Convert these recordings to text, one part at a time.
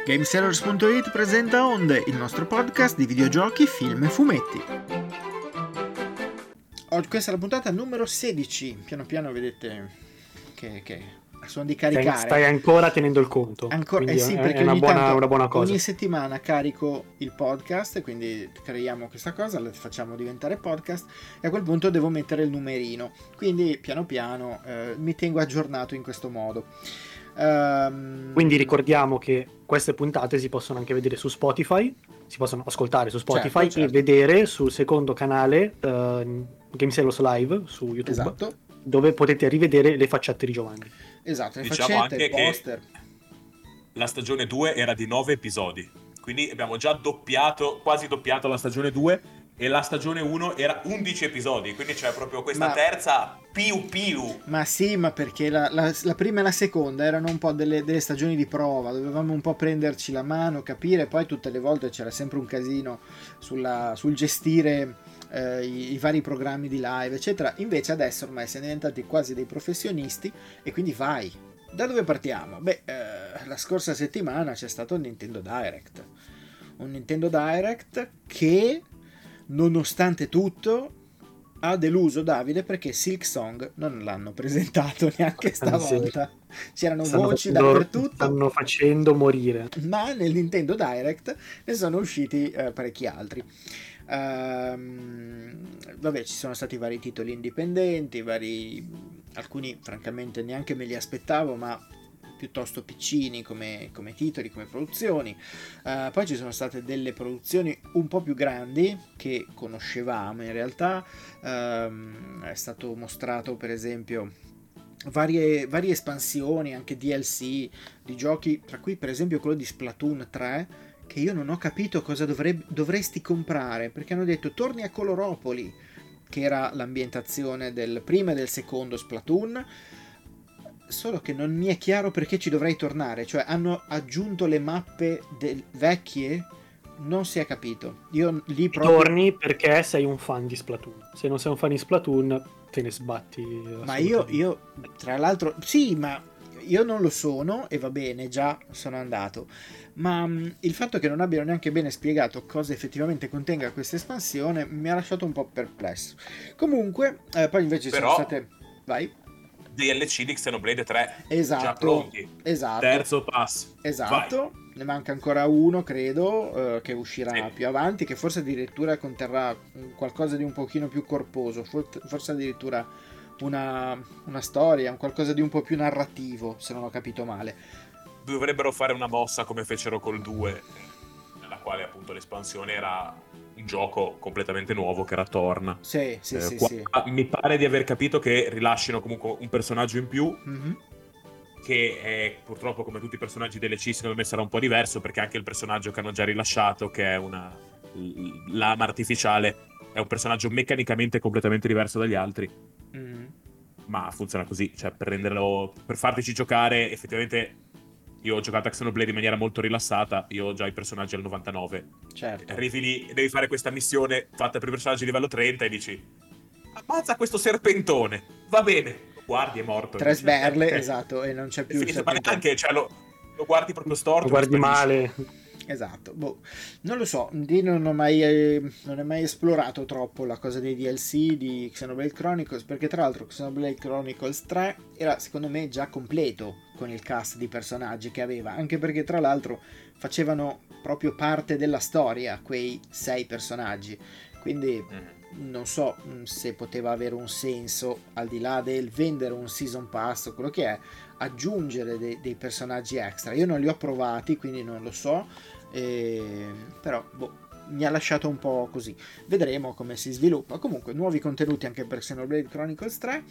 Gamesellers.it presenta Onde, il nostro podcast di videogiochi, film e fumetti. Questa è la puntata numero 16. Piano piano vedete che sono di caricare. Stai ancora tenendo il conto. Ancora, sì, perché è una buona cosa. Ogni settimana carico il podcast e quindi creiamo questa cosa, la facciamo diventare podcast e a quel punto devo mettere il numerino. Quindi piano piano mi tengo aggiornato in questo modo. Quindi ricordiamo che queste puntate si possono anche vedere su Spotify, si possono ascoltare su Spotify, certo. E vedere sul secondo canale Gamesellers Live su YouTube, esatto. Dove potete rivedere le facciate di Giovanni. Esatto, le diciamo faccette, anche il poster. Che la stagione 2 era di 9 episodi, quindi abbiamo già quasi doppiato la stagione 2 e la stagione 1 era 11 episodi, quindi c'è proprio questa terza più. Ma sì, ma perché la prima e la seconda erano un po' delle stagioni di prova, dovevamo un po' prenderci la mano, capire, poi tutte le volte c'era sempre un casino sul gestire i vari programmi di live, eccetera. Invece adesso ormai siamo diventati quasi dei professionisti e quindi vai. Da dove partiamo? La scorsa settimana c'è stato un Nintendo Direct. Un Nintendo Direct che, nonostante tutto, ha deluso Davide perché Silksong non l'hanno presentato neanche stavolta. C'erano voci dappertutto. Stanno facendo morire. Ma nel Nintendo Direct ne sono usciti parecchi altri. Ci sono stati vari titoli indipendenti, alcuni francamente neanche me li aspettavo, ma piuttosto piccini come titoli, come produzioni. Poi ci sono state delle produzioni un po' più grandi che conoscevamo in realtà. È stato mostrato per esempio varie espansioni, anche DLC di giochi, tra cui per esempio quello di Splatoon 3, che io non ho capito cosa dovresti comprare, perché hanno detto torni a Coloropoli, che era l'ambientazione del primo e del secondo Splatoon, solo che non mi è chiaro perché ci dovrei tornare, cioè hanno aggiunto le mappe vecchie, non si è capito. Io lì proprio... Torni perché sei un fan di Splatoon, se non sei un fan di Splatoon te ne sbatti. Ma io tra l'altro sì, ma io non lo sono e va bene, già sono andato, ma il fatto che non abbiano neanche bene spiegato cosa effettivamente contenga questa espansione mi ha lasciato un po' perplesso. Comunque poi invece sono state... Vai. DLC di Xenoblade 3 esatto, già pronti, esatto. Terzo pass, esatto. Vai. Ne manca ancora uno, credo, che uscirà più avanti, che forse addirittura conterrà qualcosa di un pochino più corposo, forse addirittura una storia, un qualcosa di un po' più narrativo, se non ho capito male. Dovrebbero fare una mossa come fecero col 2, nella quale appunto l'espansione era un gioco completamente nuovo, che era Torna. Sì. Mi pare di aver capito che rilasciano comunque un personaggio in più, che è purtroppo, come tutti i personaggi DLC, secondo me sarà un po' diverso, perché anche il personaggio che hanno già rilasciato, che è l'ama artificiale, è un personaggio meccanicamente completamente diverso dagli altri. Ma funziona così, cioè per fartici giocare. Effettivamente io ho giocato a Xenoblade in maniera molto rilassata, io ho già i personaggi al 99, certo. Arrivi lì, devi fare questa missione fatta per i personaggi livello 30 e dici ammazza questo serpentone, va bene, lo guardi, è morto, 3 sberle, esatto, e non c'è più il serpentone. Anche, cioè, lo guardi proprio storto, lo guardi male. Esatto, non lo so, non ho mai esplorato troppo la cosa dei DLC di Xenoblade Chronicles, perché tra l'altro Xenoblade Chronicles 3 era secondo me già completo con il cast di personaggi che aveva, anche perché tra l'altro facevano proprio parte della storia quei 6 personaggi, quindi non so se poteva avere un senso, al di là del vendere un season pass o quello che è, aggiungere dei personaggi extra. Io non li ho provati, quindi non lo so, però mi ha lasciato un po' così. Vedremo come si sviluppa. Comunque nuovi contenuti anche per Xenoblade Chronicles 3.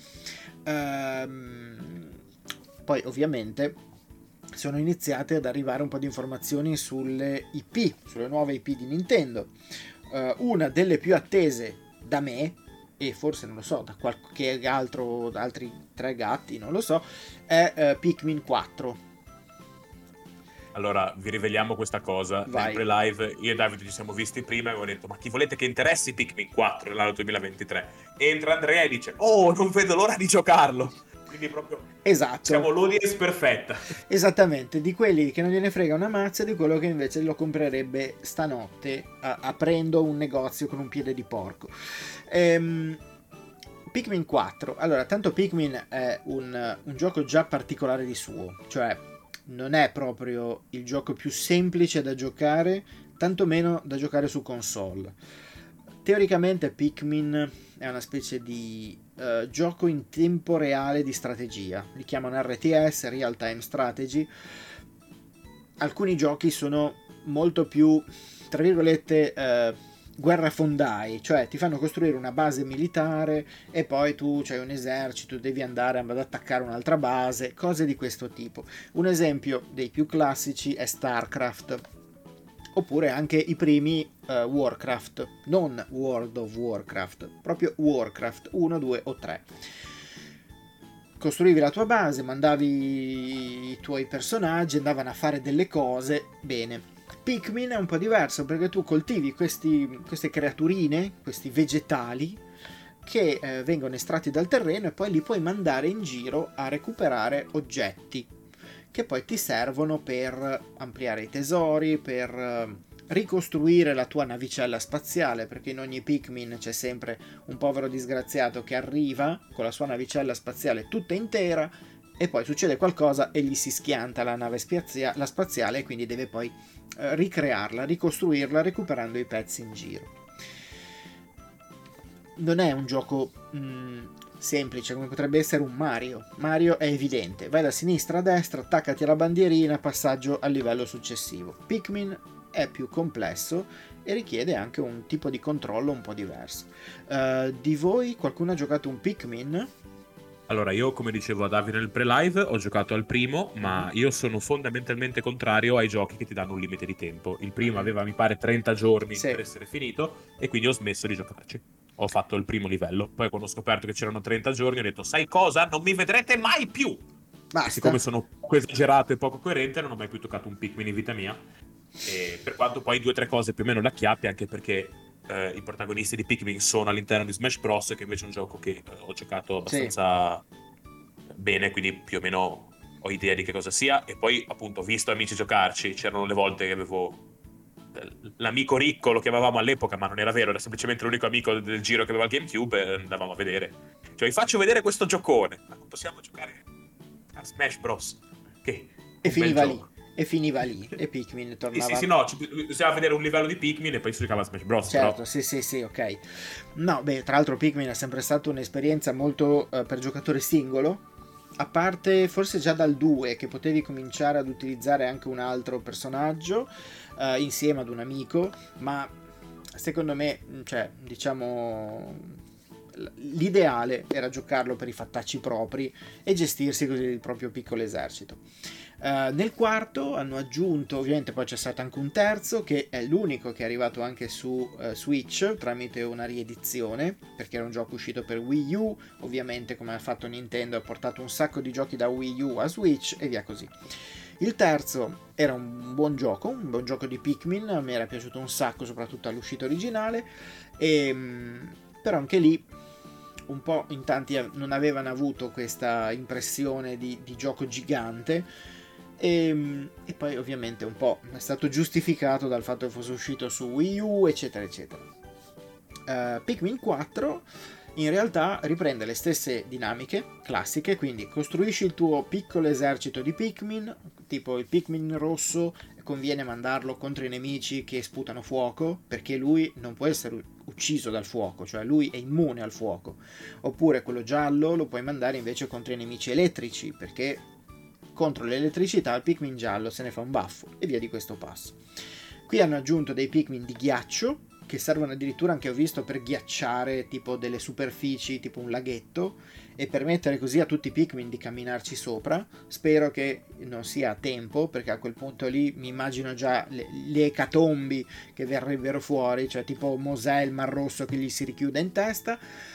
Poi ovviamente sono iniziate ad arrivare un po' di informazioni sulle nuove IP di Nintendo. Una delle più attese da me, e forse non lo so, da qualche altri 3 gatti, non lo so, è Pikmin 4. Allora, vi riveliamo questa cosa. Sempre live, io e Davide ci siamo visti prima e avevo detto: ma chi volete che interessi Pikmin 4 nell'anno 2023? Entra Andrea e dice: oh, non vedo l'ora di giocarlo. Quindi proprio esatto, siamo l'audience perfetta. Esattamente, di quelli che non gliene frega una mazza, di quello che invece lo comprerebbe stanotte aprendo un negozio con un piede di porco. Pikmin 4. Allora, tanto Pikmin è un gioco già particolare di suo, cioè non è proprio il gioco più semplice da giocare, tantomeno da giocare su console. Teoricamente Pikmin è una specie di gioco in tempo reale di strategia, li chiamano RTS, Real Time Strategy. Alcuni giochi sono molto più, tra virgolette, guerrafondai, cioè ti fanno costruire una base militare e poi tu c'hai un esercito, devi andare ad attaccare un'altra base, cose di questo tipo. Un esempio dei più classici è StarCraft, oppure anche i primi Warcraft, non World of Warcraft, proprio Warcraft 1, 2 o 3. Costruivi la tua base, mandavi i tuoi personaggi, andavano a fare delle cose, bene. Pikmin è un po' diverso perché tu coltivi queste creaturine, questi vegetali che vengono estratti dal terreno e poi li puoi mandare in giro a recuperare oggetti che poi ti servono per ampliare i tesori, per ricostruire la tua navicella spaziale, perché in ogni Pikmin c'è sempre un povero disgraziato che arriva con la sua navicella spaziale tutta intera e poi succede qualcosa e gli si schianta la nave spaziale e quindi deve poi ricrearla, ricostruirla recuperando i pezzi in giro. Non è un gioco semplice come potrebbe essere un Mario. Mario è evidente, vai da sinistra a destra, attaccati alla bandierina, passaggio al livello successivo. Pikmin è più complesso e richiede anche un tipo di controllo un po' diverso. Di voi qualcuno ha giocato un Pikmin? Allora, io come dicevo a Davide nel pre-live ho giocato al primo, ma io sono fondamentalmente contrario ai giochi che ti danno un limite di tempo. Il primo aveva, mi pare, 30 giorni per essere finito e quindi ho smesso di giocarci. Ho fatto il primo livello, poi quando ho scoperto che c'erano 30 giorni ho detto, sai cosa? Non mi vedrete mai più! Basta. E siccome sono esagerato e poco coerente non ho mai più toccato un Pikmin in vita mia. E per quanto poi 2 o 3 cose più o meno le acchiappi, anche perché i protagonisti di Pikmin sono all'interno di Smash Bros, che invece è un gioco che ho giocato abbastanza bene, quindi più o meno ho idea di che cosa sia. E poi appunto ho visto amici giocarci, c'erano le volte che avevo l'amico ricco, lo chiamavamo all'epoca, ma non era vero, era semplicemente l'unico amico del giro che aveva il GameCube e andavamo a vedere. Cioè vi faccio vedere questo giocone, ma possiamo giocare a Smash Bros, che e finiva lì. E finiva lì, e Pikmin tornava... Sì, no, bisognava vedere un livello di Pikmin e poi si giocava a Smash Bros. Certo, però... sì, ok. No, beh, tra l'altro Pikmin è sempre stata un'esperienza molto per giocatore singolo, a parte forse già dal 2, che potevi cominciare ad utilizzare anche un altro personaggio insieme ad un amico, ma secondo me, cioè, diciamo... l'ideale era giocarlo per i fattacci propri e gestirsi così il proprio piccolo esercito. Nel quarto hanno aggiunto, ovviamente poi c'è stato anche un terzo che è l'unico che è arrivato anche su Switch tramite una riedizione, perché era un gioco uscito per Wii U, ovviamente come ha fatto Nintendo ha portato un sacco di giochi da Wii U a Switch e via così. Il terzo era un buon gioco di Pikmin, a me era piaciuto un sacco soprattutto all'uscita originale, però anche lì un po' in tanti non avevano avuto questa impressione di gioco gigante e poi ovviamente un po' è stato giustificato dal fatto che fosse uscito su Wii U eccetera eccetera. Pikmin 4 in realtà riprende le stesse dinamiche classiche, quindi costruisci il tuo piccolo esercito di Pikmin, tipo il Pikmin rosso conviene mandarlo contro i nemici che sputano fuoco, perché lui non può essere ucciso dal fuoco, cioè lui è immune al fuoco. Oppure quello giallo lo puoi mandare invece contro i nemici elettrici, perché contro l'elettricità il Pikmin giallo se ne fa un baffo, e via di questo passo. Qui hanno aggiunto dei Pikmin di ghiaccio, che servono addirittura, anche ho visto, per ghiacciare tipo delle superfici, tipo un laghetto, e permettere così a tutti i Pikmin di camminarci sopra. Spero che non sia a tempo, perché a quel punto lì mi immagino già le ecatombi che verrebbero fuori, cioè tipo Mosè il Mar Rosso che gli si richiude in testa.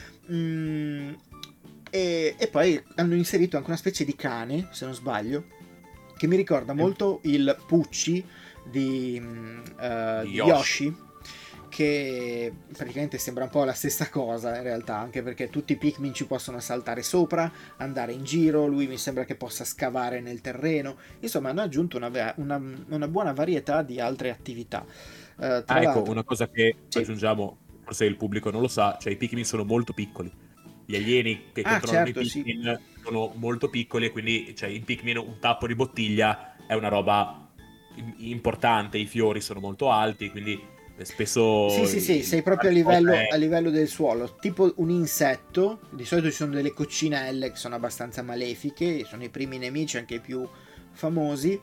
E poi hanno inserito anche una specie di cane, se non sbaglio, che mi ricorda molto il Pucci di Yoshi, che praticamente sembra un po' la stessa cosa in realtà, anche perché tutti i Pikmin ci possono saltare sopra, andare in giro, lui mi sembra che possa scavare nel terreno, insomma hanno aggiunto una buona varietà di altre attività. Ecco, una cosa che sì, aggiungiamo, forse il pubblico non lo sa, cioè i Pikmin sono molto piccoli. Gli alieni che controllano certo, i Pikmin sono molto piccoli, e quindi cioè, in Pikmin un tappo di bottiglia è una roba importante, i fiori sono molto alti, quindi spesso... Sì, sei proprio a livello del suolo, tipo un insetto. Di solito ci sono delle coccinelle che sono abbastanza malefiche, sono i primi nemici, anche i più famosi.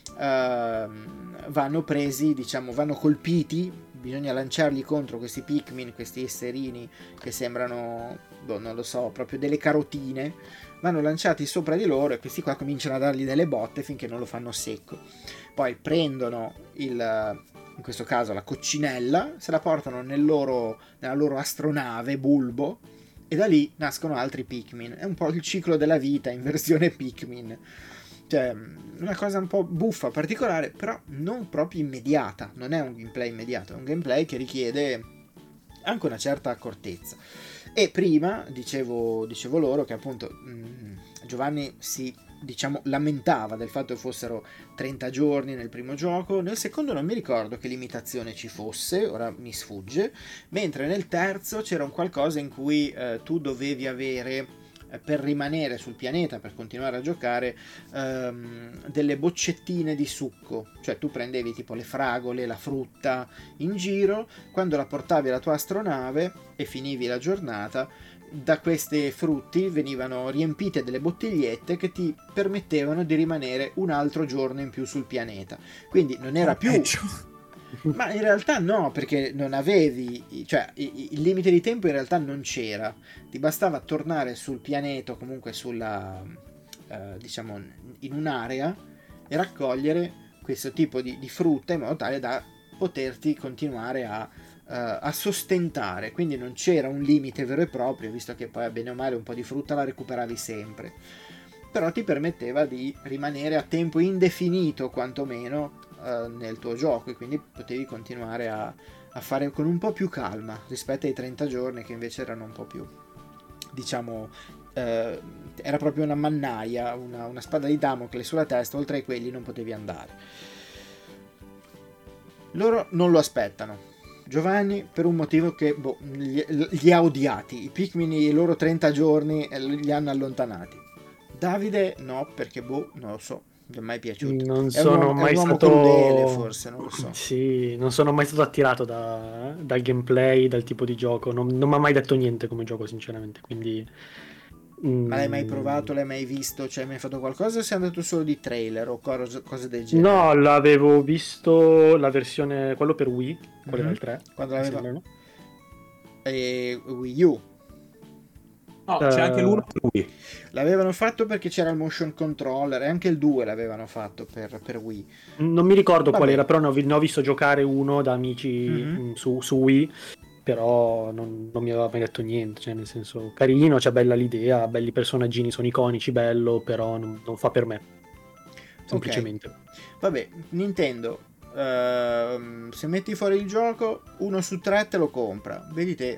Vanno presi, diciamo, vanno colpiti, bisogna lanciarli contro questi Pikmin, questi esserini che sembrano, non lo so, proprio delle carotine. Vanno lanciati sopra di loro e questi qua cominciano a dargli delle botte finché non lo fanno secco. Poi prendono in questo caso la coccinella, se la portano nella loro astronave Bulbo, e da lì nascono altri Pikmin. È un po' il ciclo della vita in versione Pikmin. Cioè, una cosa un po' buffa, particolare, però non proprio immediata. Non è un gameplay immediato, è un gameplay che richiede anche una certa accortezza. E prima dicevo loro che appunto Giovanni si, diciamo, lamentava del fatto che fossero 30 giorni nel primo gioco. Nel secondo non mi ricordo che limitazione ci fosse, ora mi sfugge, mentre nel terzo c'era un qualcosa in cui tu dovevi avere, per rimanere sul pianeta, per continuare a giocare, delle boccettine di succo. Cioè tu prendevi tipo le fragole, la frutta in giro, quando la portavi alla tua astronave e finivi la giornata, da questi frutti venivano riempite delle bottigliette che ti permettevano di rimanere un altro giorno in più sul pianeta. Quindi non era più... Ma in realtà no, perché non avevi, cioè il limite di tempo in realtà non c'era, ti bastava tornare sul pianeta o comunque sulla, diciamo, in un'area e raccogliere questo tipo di frutta in modo tale da poterti continuare a sostentare. Quindi non c'era un limite vero e proprio, visto che poi bene o male un po' di frutta la recuperavi sempre, però ti permetteva di rimanere a tempo indefinito quantomeno nel tuo gioco, e quindi potevi continuare a fare con un po' più calma rispetto ai 30 giorni che invece erano un po' più, diciamo, era proprio una mannaia, una spada di Damocle sulla testa, oltre a quelli non potevi andare. Loro non lo aspettano, Giovanni, per un motivo che li ha odiati. I Pikmin i loro 30 giorni li hanno allontanati. Davide no, perché non lo so, non è mai piaciuto. Non sono mai stato crudele, forse, non lo so. Sì, non sono mai stato attirato dal gameplay, dal tipo di gioco. Non mi ha mai detto niente come gioco, sinceramente. Quindi. Ma l'hai mai provato? L'hai mai visto? Cioè, hai mai fatto qualcosa? O sei andato solo di trailer o cose del genere? No, l'avevo visto la versione, quello per Wii, quello era il 3. Quando l'aveva? E Wii U. No, c'è anche l'1 per Wii. L'avevano fatto perché c'era il motion controller, e anche il 2 l'avevano fatto per Wii. Non mi ricordo qual era, però ne ho visto giocare uno da amici su Wii, però non mi aveva mai detto niente, cioè nel senso, carino, c'è bella l'idea, belli personaggini, sono iconici, bello, però non fa per me, semplicemente. Okay. Vabbè, Nintendo, se metti fuori il gioco, 1 su 3 te lo compra, vedi te.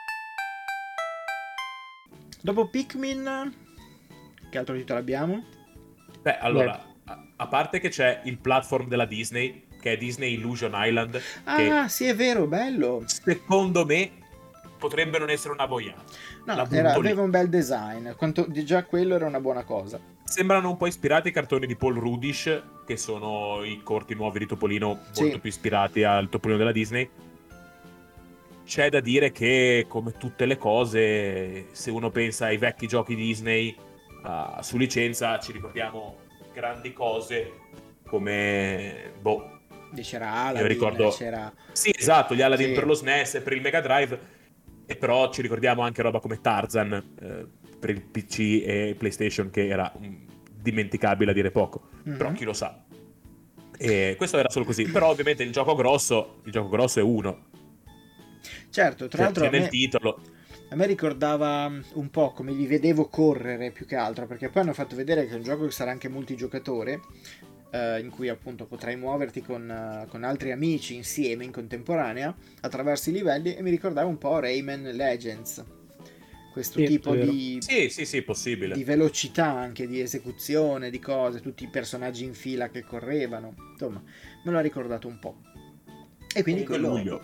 Dopo Pikmin, che altro titolo abbiamo? Beh, allora, a parte che c'è il platform della Disney, che è Disney Illusion Island. Ah, sì, è vero, bello. Secondo me potrebbe non essere una boiata. No, aveva un bel design, già quello era una buona cosa. Sembrano un po' ispirati ai cartoni di Paul Rudish, che sono i corti nuovi di Topolino, molto più ispirati al Topolino della Disney. C'è da dire che, come tutte le cose, se uno pensa ai vecchi giochi Disney su licenza, ci ricordiamo grandi cose come c'era Aladdin, ricordo... c'era... Sì, esatto, gli Aladdin per lo SNES e per il Mega Drive, e però ci ricordiamo anche roba come Tarzan per il PC e PlayStation, che era dimenticabile a dire poco, però chi lo sa. E questo era solo così, però ovviamente il gioco grosso è uno. Certo, tra l'altro nel titolo. A me ricordava un po' come li vedevo correre più che altro, perché poi hanno fatto vedere che è un gioco che sarà anche multigiocatore. in cui appunto potrai muoverti con altri amici insieme in contemporanea attraverso i livelli, e mi ricordava un po' Rayman Legends, questo tipo di possibile, di velocità, anche di esecuzione di cose, tutti i personaggi in fila che correvano, insomma me l'ha ricordato un po', e quindi quello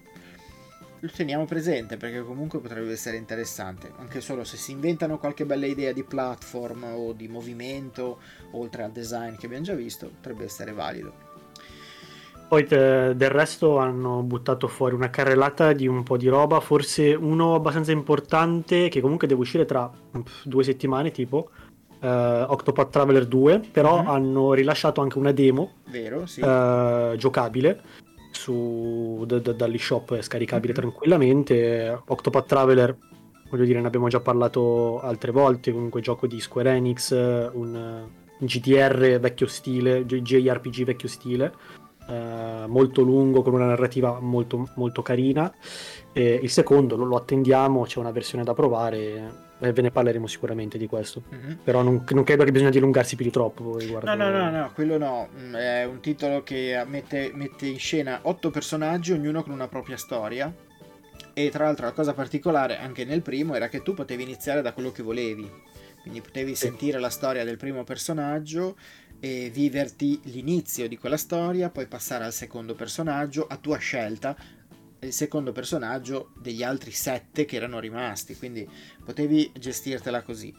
lo teniamo presente, perché comunque potrebbe essere interessante, anche solo se si inventano qualche bella idea di platform o di movimento oltre al design che abbiamo già visto, potrebbe essere valido. Poi del resto hanno buttato fuori una carrellata di un po' di roba, forse uno abbastanza importante che comunque deve uscire tra 2 settimane tipo, Octopath Traveler 2, però hanno rilasciato anche una demo, vero, sì, giocabile dall'eShop, è scaricabile tranquillamente. Octopath Traveler, voglio dire, ne abbiamo già parlato altre volte, comunque gioco di Square Enix, un GDR vecchio stile, JRPG vecchio stile, molto lungo, con una narrativa molto, molto carina. Il secondo lo attendiamo, c'è una versione da provare e ve ne parleremo sicuramente di questo, però non credo che bisogna dilungarsi più di troppo riguardo. No, quello no, è un titolo che mette in scena 8 personaggi, ognuno con una propria storia, e tra l'altro la cosa particolare anche nel primo era che tu potevi iniziare da quello che volevi, quindi potevi sentire la storia del primo personaggio e viverti l'inizio di quella storia, poi passare al secondo personaggio a tua scelta, il secondo personaggio degli altri 7 che erano rimasti, quindi potevi gestirtela così.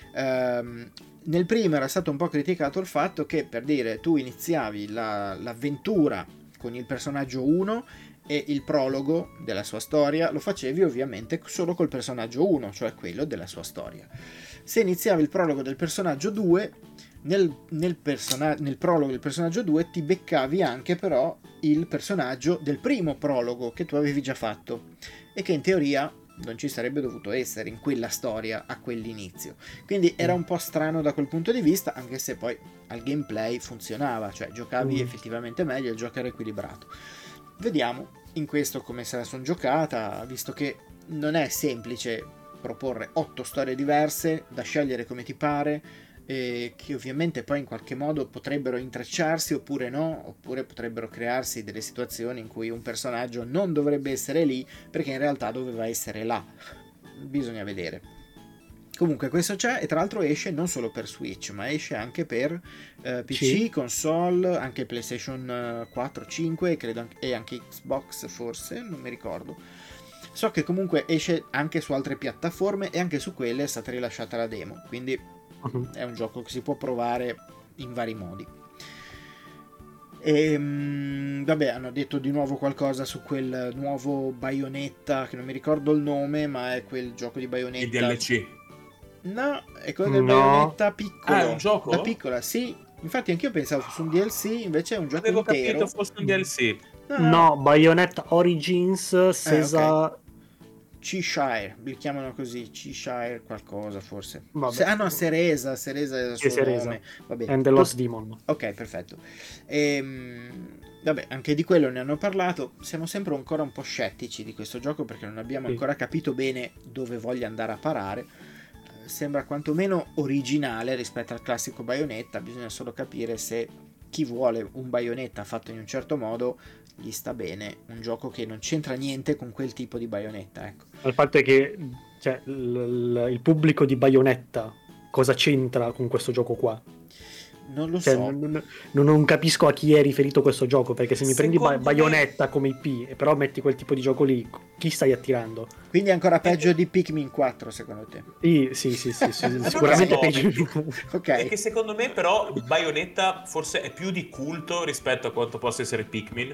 Nel primo era stato un po' criticato il fatto che, per dire, tu iniziavi l'avventura con il personaggio 1 e il prologo della sua storia lo facevi ovviamente solo col personaggio 1, cioè quello della sua storia. Se iniziavi il prologo del personaggio 2, nel prologo del personaggio 2 ti beccavi anche però il personaggio del primo prologo che tu avevi già fatto e che in teoria non ci sarebbe dovuto essere in quella storia a quell'inizio, quindi era un po' strano da quel punto di vista, anche se poi al gameplay funzionava, cioè giocavi effettivamente meglio, il gioco era equilibrato. Vediamo in questo come se la sono giocata, visto che non è semplice proporre 8 storie diverse da scegliere come ti pare, che ovviamente poi in qualche modo potrebbero intrecciarsi oppure no, oppure potrebbero crearsi delle situazioni in cui un personaggio non dovrebbe essere lì perché in realtà doveva essere là. Bisogna vedere. Comunque questo c'è, e tra l'altro esce non solo per Switch, ma esce anche per PC, console, anche PlayStation 4, 5 credo e anche Xbox forse, non mi ricordo. So che comunque esce anche su altre piattaforme e anche su quelle è stata rilasciata la demo, quindi è un gioco che si può provare in vari modi. E vabbè, hanno detto di nuovo qualcosa su quel nuovo Bayonetta, che non mi ricordo il nome, ma è quel gioco di Bayonetta. Il DLC? No, è quello del Bayonetta piccolo. Ah, è un gioco? La piccola, sì. Infatti anch'io pensavo fosse un DLC, invece è un gioco intero. Avevo capito fosse un DLC. No, Bayonetta Origins, okay. Cheshire, li chiamano così, Cheshire qualcosa forse. Cereza è il suo nome. Vabbè. And the Lost Demon. Ok, perfetto. Vabbè, anche di quello ne hanno parlato. Siamo sempre ancora un po' scettici di questo gioco perché non abbiamo ancora capito bene dove voglia andare a parare. Sembra quantomeno originale rispetto al classico Bayonetta, bisogna solo capire se chi vuole un Bayonetta fatto in un certo modo gli sta bene un gioco che non c'entra niente con quel tipo di Bayonetta, ecco. Il fatto è che il pubblico di Bayonetta cosa c'entra con questo gioco qua? Non lo so. Non capisco a chi è riferito questo gioco, perché se mi prendi Bayonetta come IP e però metti quel tipo di gioco lì, chi stai attirando? Quindi è ancora peggio di Pikmin 4 secondo te? Sì, sicuramente peggio. Okay. E che secondo me però Bayonetta forse è più di culto rispetto a quanto possa essere Pikmin,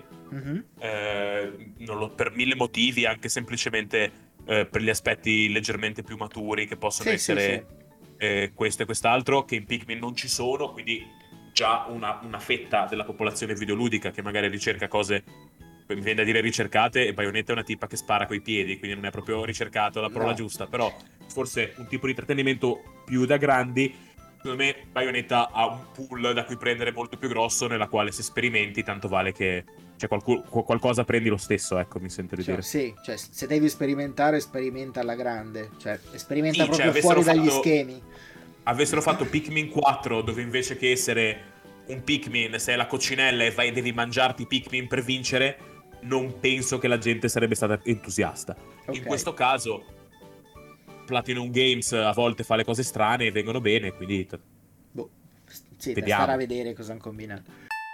per 1000 motivi, anche semplicemente per gli aspetti leggermente più maturi che possono essere questo e quest'altro, che in Pikmin non ci sono, quindi già una fetta della popolazione videoludica che magari ricerca cose, mi viene da dire ricercate, e Bayonetta è una tipa che spara coi piedi, quindi non è proprio ricercato la parola giusta, però forse un tipo di intrattenimento più da grandi. Secondo me Bayonetta ha un pool da cui prendere molto più grosso, nella quale se sperimenti tanto vale che qualcosa prendi lo stesso, ecco, mi sento di dire. Sì, cioè se devi sperimentare, sperimenta alla grande, cioè sperimenta proprio fuori dagli schemi. Avessero fatto Pikmin 4, dove invece che essere un Pikmin, sei alla coccinella e vai e devi mangiarti i Pikmin per vincere, non penso che la gente sarebbe stata entusiasta. In questo caso Platinum Games a volte fa le cose strane e vengono bene, quindi sì, da vediamo. stare a vedere cosa hanno combinato.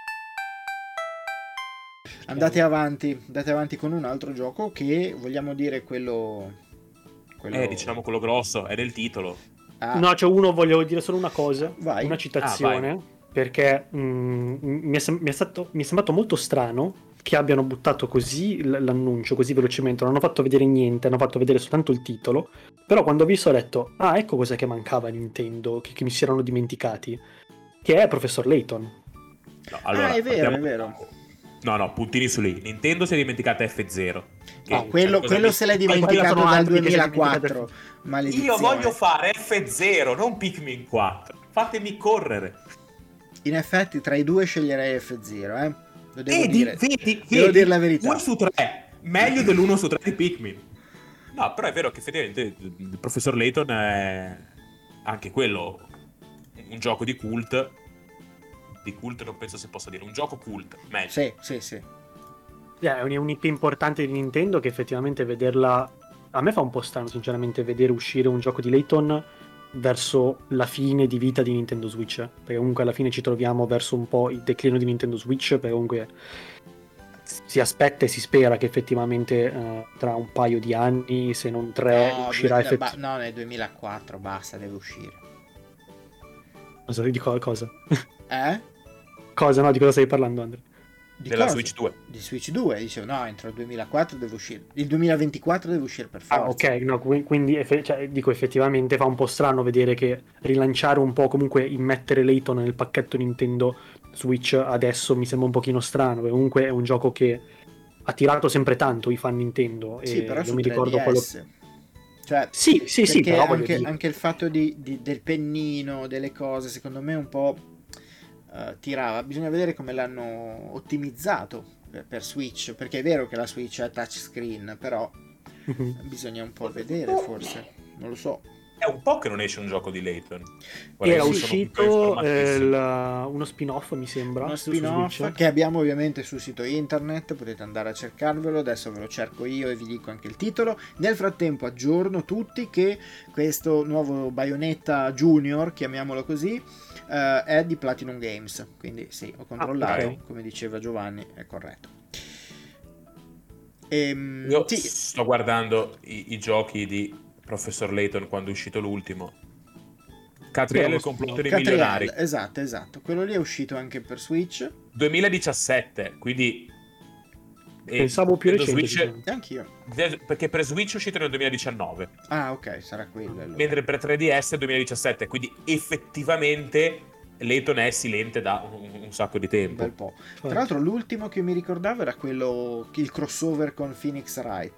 Andate avanti con un altro gioco che vogliamo dire quello... diciamo quello grosso, è nel titolo. No, c'è uno, voglio dire solo una cosa, Vai. una citazione, perché mi è sembrato molto strano che abbiano buttato così l'annuncio, così velocemente, non hanno fatto vedere niente, hanno fatto vedere soltanto il titolo, però quando ho visto ho detto, ecco cos'è che mancava a Nintendo, che mi si erano dimenticati, che è Professor Layton. No, allora, è vero. No, puntini su lì. Nintendo si è dimenticata F0. Quello se l'è dimenticato dal 2004. Io voglio fare F0, non Pikmin 4. Fatemi correre. In effetti, tra i due sceglierei F0, Lo devo dire. Devo dire la verità. 2 su 3, meglio dell'1 su 3 di Pikmin. No, però è vero che effettivamente il Professor Layton è anche quello un gioco di cult. Di cult non penso si possa dire, un gioco cult, meglio. Sì. È un'IP importante di Nintendo che effettivamente vederla... A me fa un po' strano sinceramente vedere uscire un gioco di Layton verso la fine di vita di Nintendo Switch, perché comunque alla fine ci troviamo verso un po' il declino di Nintendo Switch, perché comunque si aspetta e si spera che effettivamente tra un paio di anni, se non 3, uscirà effettivamente... No, nel 2004 basta, deve uscire. Cosa? Cosa? No, di cosa stai parlando, Andre? Della Switch 2. Di Switch 2, dicevo, no, entro il 2004 deve uscire. Il 2024 deve uscire per forza. Ok, no, quindi dico effettivamente fa un po' strano vedere che rilanciare un po', comunque immettere Layton nel pacchetto Nintendo Switch adesso mi sembra un pochino strano, perché comunque è un gioco che ha tirato sempre tanto i fan Nintendo. Sì, però io su mi ricordo 3DS. quello... Cioè, sì, però anche il fatto del pennino, delle cose, secondo me un po' tirava. Bisogna vedere come l'hanno ottimizzato per Switch, perché è vero che la Switch è touchscreen, però bisogna un po' vedere, forse, non lo so. È un po' che non esce un gioco di Layton. Era uscito uno spin-off, mi sembra. Uno spin-off che abbiamo ovviamente sul sito internet, potete andare a cercarvelo, adesso ve lo cerco io e vi dico anche il titolo. Nel frattempo aggiorno tutti che questo nuovo Bayonetta Junior, chiamiamolo così, è di Platinum Games, quindi sì, ho controllato, come diceva Giovanni, è corretto. Io sto guardando i giochi di Professor Layton quando è uscito l'ultimo. Catriel e il complotto dei milionari. Esatto, quello lì è uscito anche per Switch 2017, quindi pensavo più recente. Switch... Anch'io. Perché per Switch è uscito nel 2019. Ok, sarà quello allora. Mentre per 3DS è 2017, quindi effettivamente Layton è silente da un sacco di tempo. Un bel po'. Tra l'altro l'ultimo che mi ricordavo era il crossover con Phoenix Wright.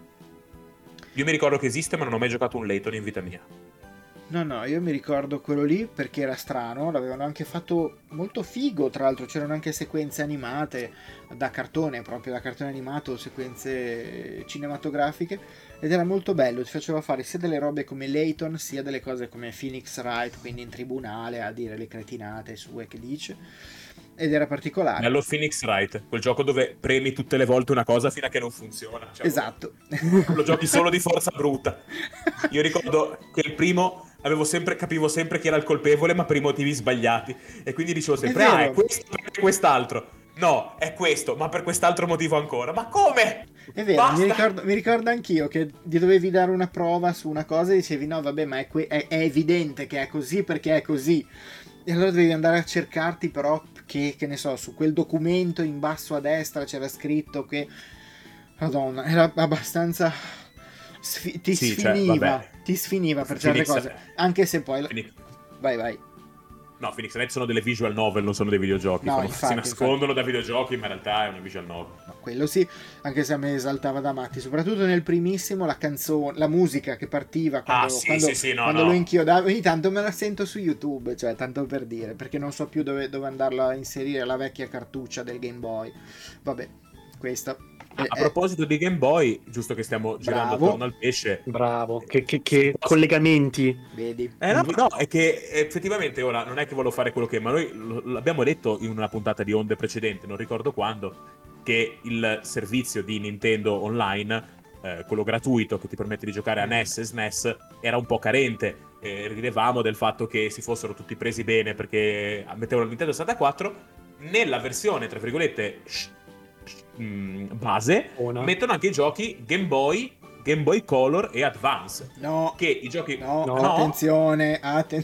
Io mi ricordo che esiste, ma non ho mai giocato un Layton in vita mia. No, io mi ricordo quello lì perché era strano, l'avevano anche fatto molto figo, tra l'altro c'erano anche sequenze animate da cartone, proprio da cartone animato, sequenze cinematografiche, ed era molto bello, ti faceva fare sia delle robe come Layton, sia delle cose come Phoenix Wright, quindi in tribunale a dire le cretinate sue che dice. Ed era particolare. Bello Phoenix Wright, quel gioco dove premi tutte le volte una cosa fino a che non funziona. Cioè, esatto. Lo giochi solo di forza bruta. Io ricordo che il primo capivo sempre chi era il colpevole, ma per i motivi sbagliati. E quindi dicevo sempre, è questo perché quest'altro. No, è questo, ma per quest'altro motivo ancora. Ma come? È vero, mi ricordo anch'io che ti dovevi dare una prova su una cosa e dicevi no vabbè, ma è evidente che è così perché è così. E allora dovevi andare a cercarti però che ne so, su quel documento in basso a destra c'era scritto che... Madonna, era abbastanza... ti sfiniva per certe cose. Anche se poi... Vai. No, Phoenix Wright sono delle visual novel, non sono dei videogiochi. No, si nascondono da videogiochi, ma in realtà è una visual novel. No, quello sì, anche se a me esaltava da matti. Soprattutto nel primissimo, la canzone, la musica che partiva quando lo inchiodavo. Ogni tanto me la sento su YouTube, cioè tanto per dire, perché non so più dove andarla a inserire, la vecchia cartuccia del Game Boy. Vabbè, Questa. A proposito di Game Boy, giusto che stiamo girando attorno al pesce. Bravo, che collegamenti. Vedi? No, è che effettivamente ora non è che volevo fare quello che... Ma noi l'abbiamo detto in una puntata di Onde precedente, non ricordo quando, che il servizio di Nintendo Online, quello gratuito che ti permette di giocare a NES e SNES, era un po' carente. Ridevamo del fatto che si fossero tutti presi bene perché mettevano il Nintendo 64 nella versione, tra virgolette, base, mettono anche i giochi Game Boy Color e Advance. No, che i giochi no. attenzione.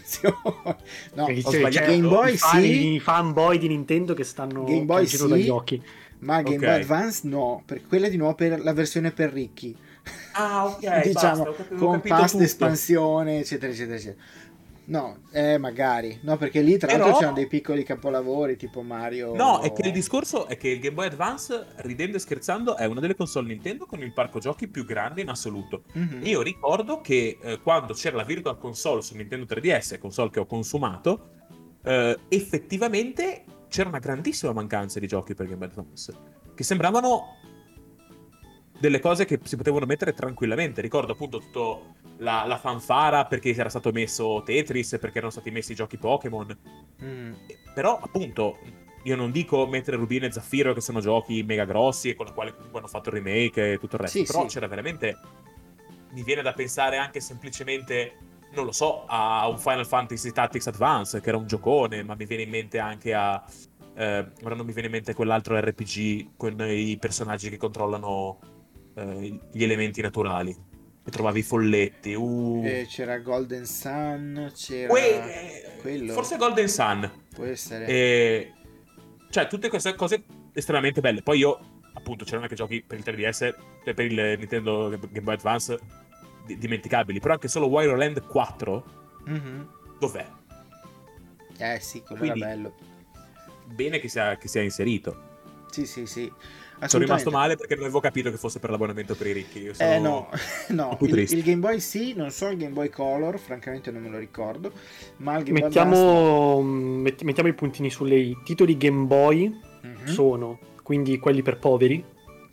No, ho sbagliato. Game Boy i fanboy di Nintendo che stanno Game Boy sì, dagli occhi. Ma Game Boy Advance no, perché quella è di nuovo per la versione per ricchi. Ah, ok, diciamo, basta, con pass d'espansione, eccetera, eccetera, eccetera. No, magari. No, perché lì tra l'altro c'erano dei piccoli capolavori tipo Mario. No, è che il discorso è che il Game Boy Advance, ridendo e scherzando, è una delle console Nintendo con il parco giochi più grande in assoluto. Mm-hmm. Io ricordo che quando c'era la Virtual Console su Nintendo 3DS, console che ho consumato, effettivamente c'era una grandissima mancanza di giochi per Game Boy Advance, che sembravano delle cose che si potevano mettere tranquillamente. Ricordo appunto tutto la fanfara perché era stato messo Tetris, perché erano stati messi i giochi Pokémon. Però appunto io non dico mettere Rubino e Zaffiro, che sono giochi mega grossi e con la quale comunque hanno fatto il remake e tutto il resto. Sì, però sì. c'era veramente, mi viene da pensare anche semplicemente, non lo so, a un Final Fantasy Tactics Advance, che era un giocone, ma mi viene in mente anche a ora non mi viene in mente quell'altro RPG con i personaggi che controllano gli elementi naturali, e trovavi i folletti. C'era Golden Sun, c'era quello. Forse Golden Sun può essere. Cioè tutte queste cose estremamente belle. Poi io appunto c'erano anche giochi per il 3DS, per il Nintendo Game Boy Advance dimenticabili, però anche solo Wario Land 4 dov'è? Sì, quello quindi, era bello. Bene che sia inserito. Sì. Sono rimasto male perché non avevo capito che fosse per l'abbonamento per i ricchi. Io sono no. Il Game Boy sì, non so il Game Boy Color, francamente non me lo ricordo. Ma il Game Boy mettiamo i puntini sulle i. Titoli Game Boy sono quindi quelli per poveri.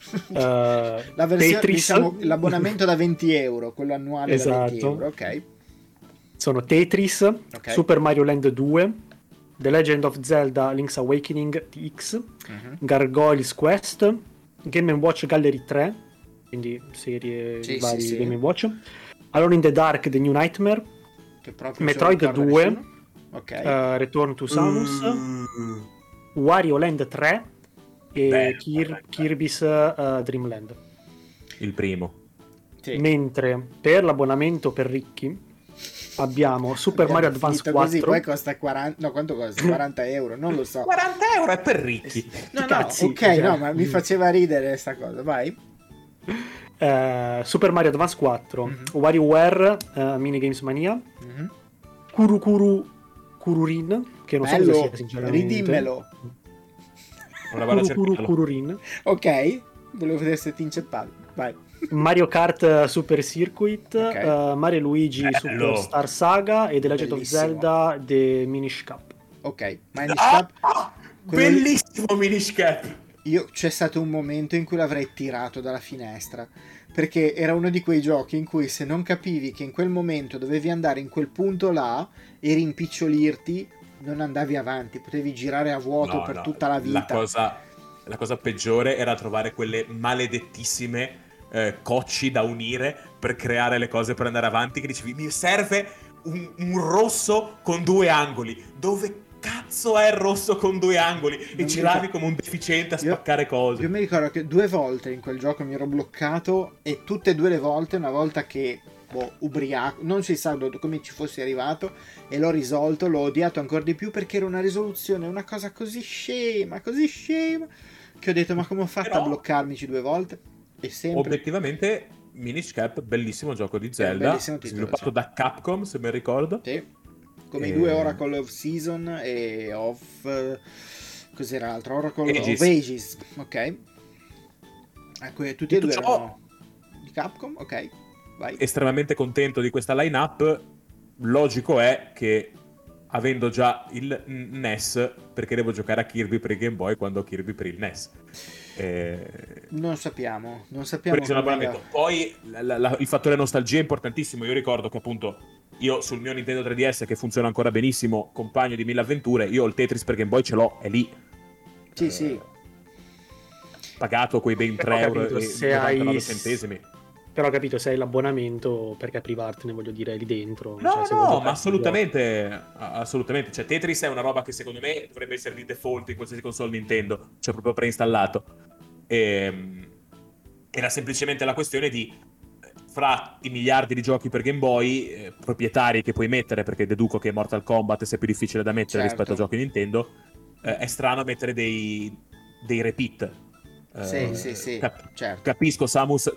La versione, Tetris, diciamo, l'abbonamento da 20 euro, quello annuale da 20 euro, ok. Sono Tetris, Super Mario Land 2, The Legend of Zelda Link's Awakening DX, Gargoyle's Quest, Game & Watch Gallery 3, quindi serie di vari Game & Watch, Alone in the Dark The New Nightmare, che proprio Metroid 2, Return to Samus, Wario Land 3 e Kirby's Dream Land. Il primo. Sì. Mentre per l'abbonamento per ricchi abbiamo Super Mario Advance 4. Così, poi costa 40. No, quanto costa? 40 euro, non lo so. 40 euro è per ricchi. No, no, ma mi faceva ridere sta cosa, vai. Super Mario Advance 4, WarioWare Minigames Mania, Kururin, che non so cosa sia sinceramente. Ridimmelo. Kururin. Ok, volevo vedere se ti inceppavi. Vai. Mario Kart Super Circuit, Mario Luigi Super Star Saga e The Legend of Zelda The Minish Cap. Ok, Minish Cap. Bellissimo Minish Cap. C'è stato un momento in cui l'avrei tirato dalla finestra, perché era uno di quei giochi in cui se non capivi che in quel momento dovevi andare in quel punto là e rimpicciolirti, non andavi avanti, potevi girare a vuoto per tutta la vita. La cosa peggiore era trovare quelle maledettissime cocci da unire per creare le cose per andare avanti, che dicevi mi serve un rosso con 2 angoli. Dove cazzo è il rosso con 2 angoli? E giravi come un deficiente a spaccare cose. Io mi ricordo che 2 volte in quel gioco mi ero bloccato, e tutte e 2 le volte, una volta che ubriaco, non si sa come ci fossi arrivato, e l'ho risolto, l'ho odiato ancora di più perché era una risoluzione, una cosa così scema, che ho detto ma come ho fatto a bloccarmici 2 volte? E sempre... Obiettivamente Minish Cap, bellissimo gioco di Zelda, sviluppato da Capcom, se ben ricordo. Sì. Come i 2 Oracle of Season e cos'era l'altro? Oracle of Ages. Ok. Tutti e 2 erano di Capcom, ok. Vai. Estremamente contento di questa line-up. Logico è che avendo già il NES, perché devo giocare a Kirby per il Game Boy quando ho Kirby per il NES. Non sappiamo Preso un abbonamento. Poi il fattore nostalgia è importantissimo. Io ricordo che appunto io sul mio Nintendo 3DS, che funziona ancora benissimo, compagno di mille avventure, io il Tetris per Game Boy ce l'ho, è lì. Sì. Pagato quei ben 3 euro e 99 centesimi. Però ho capito, se hai l'abbonamento, perché privartene, voglio dire, lì dentro. No, ma assolutamente. Cioè, Tetris è una roba che secondo me dovrebbe essere di default in qualsiasi console Nintendo, cioè proprio preinstallato. Era semplicemente la questione di, fra i miliardi di giochi per Game Boy, proprietari che puoi mettere, perché deduco che Mortal Kombat sia più difficile da mettere rispetto a giochi Nintendo, è strano mettere dei repeat. Sì, certo. Capisco Samus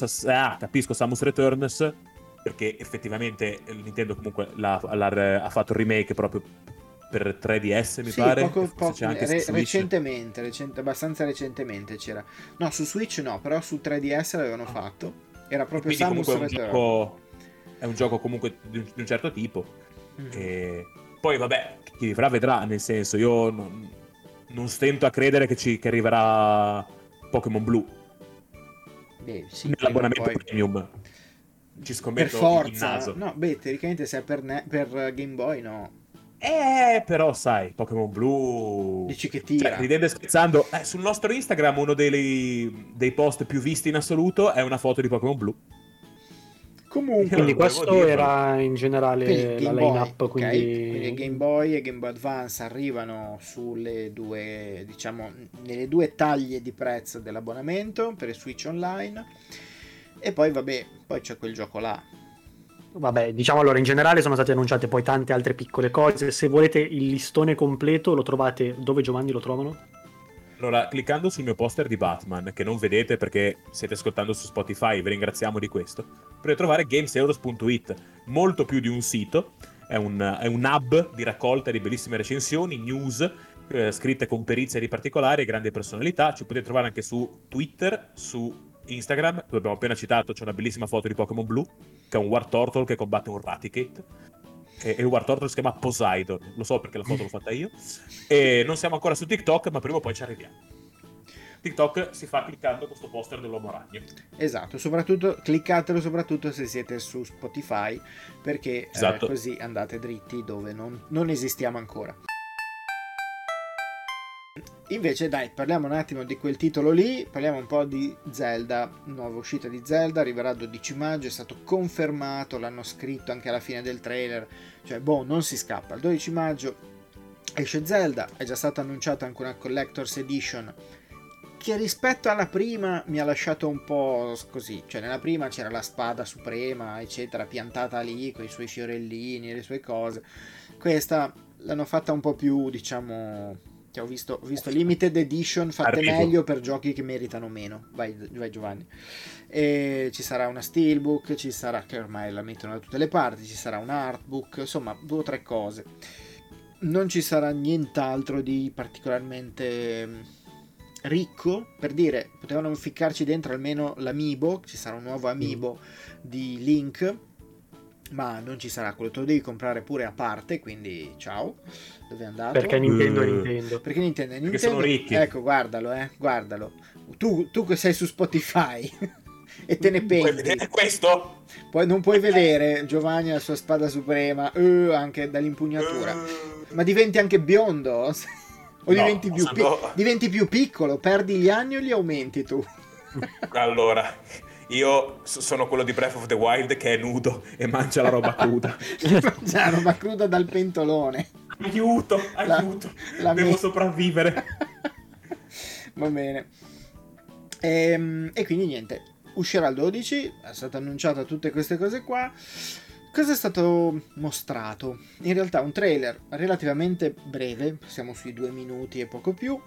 Returns, perché effettivamente il Nintendo comunque ha fatto il remake proprio per 3DS, mi pare. Recentemente, abbastanza recentemente c'era. No, su Switch no, però su 3DS l'avevano fatto. Era proprio Samus Returns. È un gioco comunque di un certo tipo. E poi vabbè, chi vivrà vedrà, nel senso, io non stento a credere che arriverà Pokémon Blu nell'abbonamento premium. Ci scommetto per forza il naso. No, teoricamente se è per Game Boy no. Però sai, Pokémon Blu, dici che tira. Cioè, ridendo e scherzando, sul nostro Instagram uno dei post più visti in assoluto è una foto di Pokémon Blu. Comunque, quindi questo era in generale la line-up, quindi Game Boy e Game Boy Advance arrivano sulle due, diciamo, nelle due taglie di prezzo dell'abbonamento per il Switch Online. E poi poi c'è quel gioco là. Vabbè, diciamo, allora in generale sono state annunciate poi tante altre piccole cose. Se volete il listone completo lo trovate dove, Giovanni, lo trovano? Allora, cliccando sul mio poster di Batman, che non vedete perché siete ascoltando su Spotify, vi ringraziamo di questo, potete trovare gameseuros.it, molto più di un sito, è un hub di raccolta di bellissime recensioni, news, scritte con perizie di particolari e grandi personalità. Ci potete trovare anche su Twitter, su Instagram, dove abbiamo appena citato, c'è una bellissima foto di Pokémon Blu, che è un War Turtle che combatte un Raticate. E il War Turtle si chiama Poseidon, lo so perché la foto l'ho fatta io. E non siamo ancora su TikTok, ma prima o poi ci arriviamo. TikTok si fa cliccando questo poster dell'uomo ragno. Esatto, soprattutto cliccatelo soprattutto se siete su Spotify, perché così andate dritti dove non esistiamo ancora. Invece dai, parliamo un attimo di quel titolo lì, parliamo un po' di Zelda, nuova uscita di Zelda, arriverà il 12 maggio, è stato confermato, l'hanno scritto anche alla fine del trailer, cioè non si scappa, il 12 maggio esce Zelda, è già stata annunciata anche una Collector's Edition che rispetto alla prima mi ha lasciato un po' così, cioè nella prima c'era la spada suprema eccetera piantata lì con i suoi fiorellini e le sue cose, questa l'hanno fatta un po' più, diciamo, ho visto limited edition fatte meglio per giochi che meritano meno. Vai Giovanni. E ci sarà una steelbook, ci sarà, che ormai la mettono da tutte le parti, ci sarà un artbook, insomma 2 o 3 cose. Non ci sarà nient'altro di particolarmente ricco, per dire, potevano ficcarci dentro almeno l'amiibo, ci sarà un nuovo amiibo di Link, ma non ci sarà, quello te lo devi comprare pure a parte, quindi ciao, dove è andato? Perché Nintendo è Nintendo. Perché Nintendo è Nintendo. Perché sono ricchi. Ecco, guardalo. Tu che sei su Spotify e te ne penti. Puoi vedere questo? Poi non puoi vedere Giovanni la sua spada suprema, anche dall'impugnatura. Ma diventi anche biondo? O diventi più piccolo? Perdi gli anni o li aumenti tu? Allora, io sono quello di Breath of the Wild che è nudo e mangia la roba cruda. Mangia la roba cruda dal pentolone. Aiuto. Devo sopravvivere. Va bene. E quindi niente, uscirà il 12, è stata annunciata tutte queste cose qua. Cosa è stato mostrato? In realtà un trailer relativamente breve, siamo sui 2 minuti e poco più.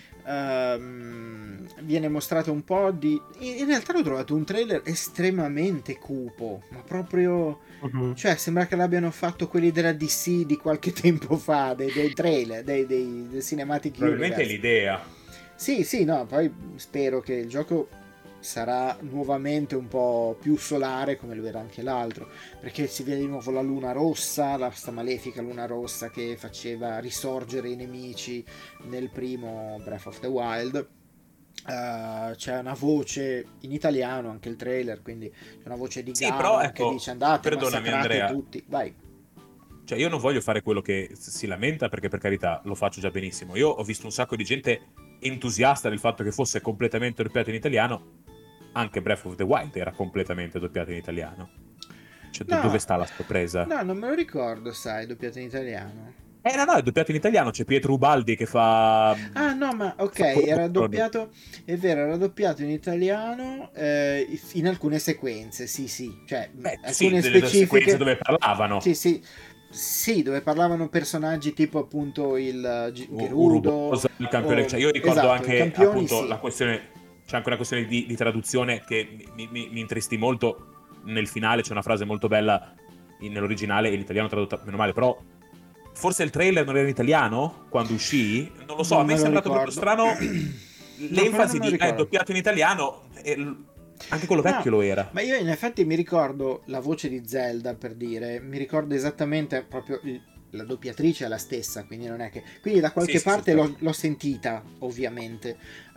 Viene mostrato un po' di... In realtà l'ho trovato un trailer estremamente cupo, ma proprio... Cioè sembra che l'abbiano fatto quelli della DC di qualche tempo fa, dei trailer, dei cinematic probabilmente universe. È l'idea. Sì, no, poi spero che il gioco sarà nuovamente un po' più solare come lo era anche l'altro, perché si vede di nuovo la luna rossa, sta malefica luna rossa che faceva risorgere i nemici nel primo Breath of the Wild. C'è una voce in italiano, anche il trailer, quindi c'è una voce di Ganon, però, ecco, che dice andate, perdonami, massacrate Andrea, tutti, vai. Cioè, io non voglio fare quello che si lamenta, perché per carità lo faccio già benissimo. Io ho visto un sacco di gente entusiasta del fatto che fosse completamente doppiato in italiano. Anche Breath of the Wild era completamente doppiato in italiano. Cioè, No, dove sta la sorpresa? No, non me lo ricordo, sai, doppiato in italiano. No, è doppiato in italiano. C'è Pietro Ubaldi che fa... Ah, no, ma ok, era doppiato, è vero, era doppiato in italiano in alcune sequenze, sì, cioè alcune delle specifiche sequenze dove parlavano. Sì, dove parlavano personaggi tipo appunto il Gerudo, Urubosa, il campione. Cioè, io ricordo esatto, anche campioni, appunto sì. la questione. C'è anche una questione di traduzione che mi intristì molto. Nel finale c'è una frase molto bella nell'originale e l'italiano tradotta meno male, però forse il trailer non era in italiano quando uscì, non lo so, a me è sembrato proprio strano l'enfasi di è doppiato in italiano, e anche quello vecchio lo era. Ma io in effetti mi ricordo la voce di Zelda, per dire, mi ricordo esattamente proprio la doppiatrice è la stessa, quindi non è che... Quindi da qualche parte l'ho sentita, ovviamente.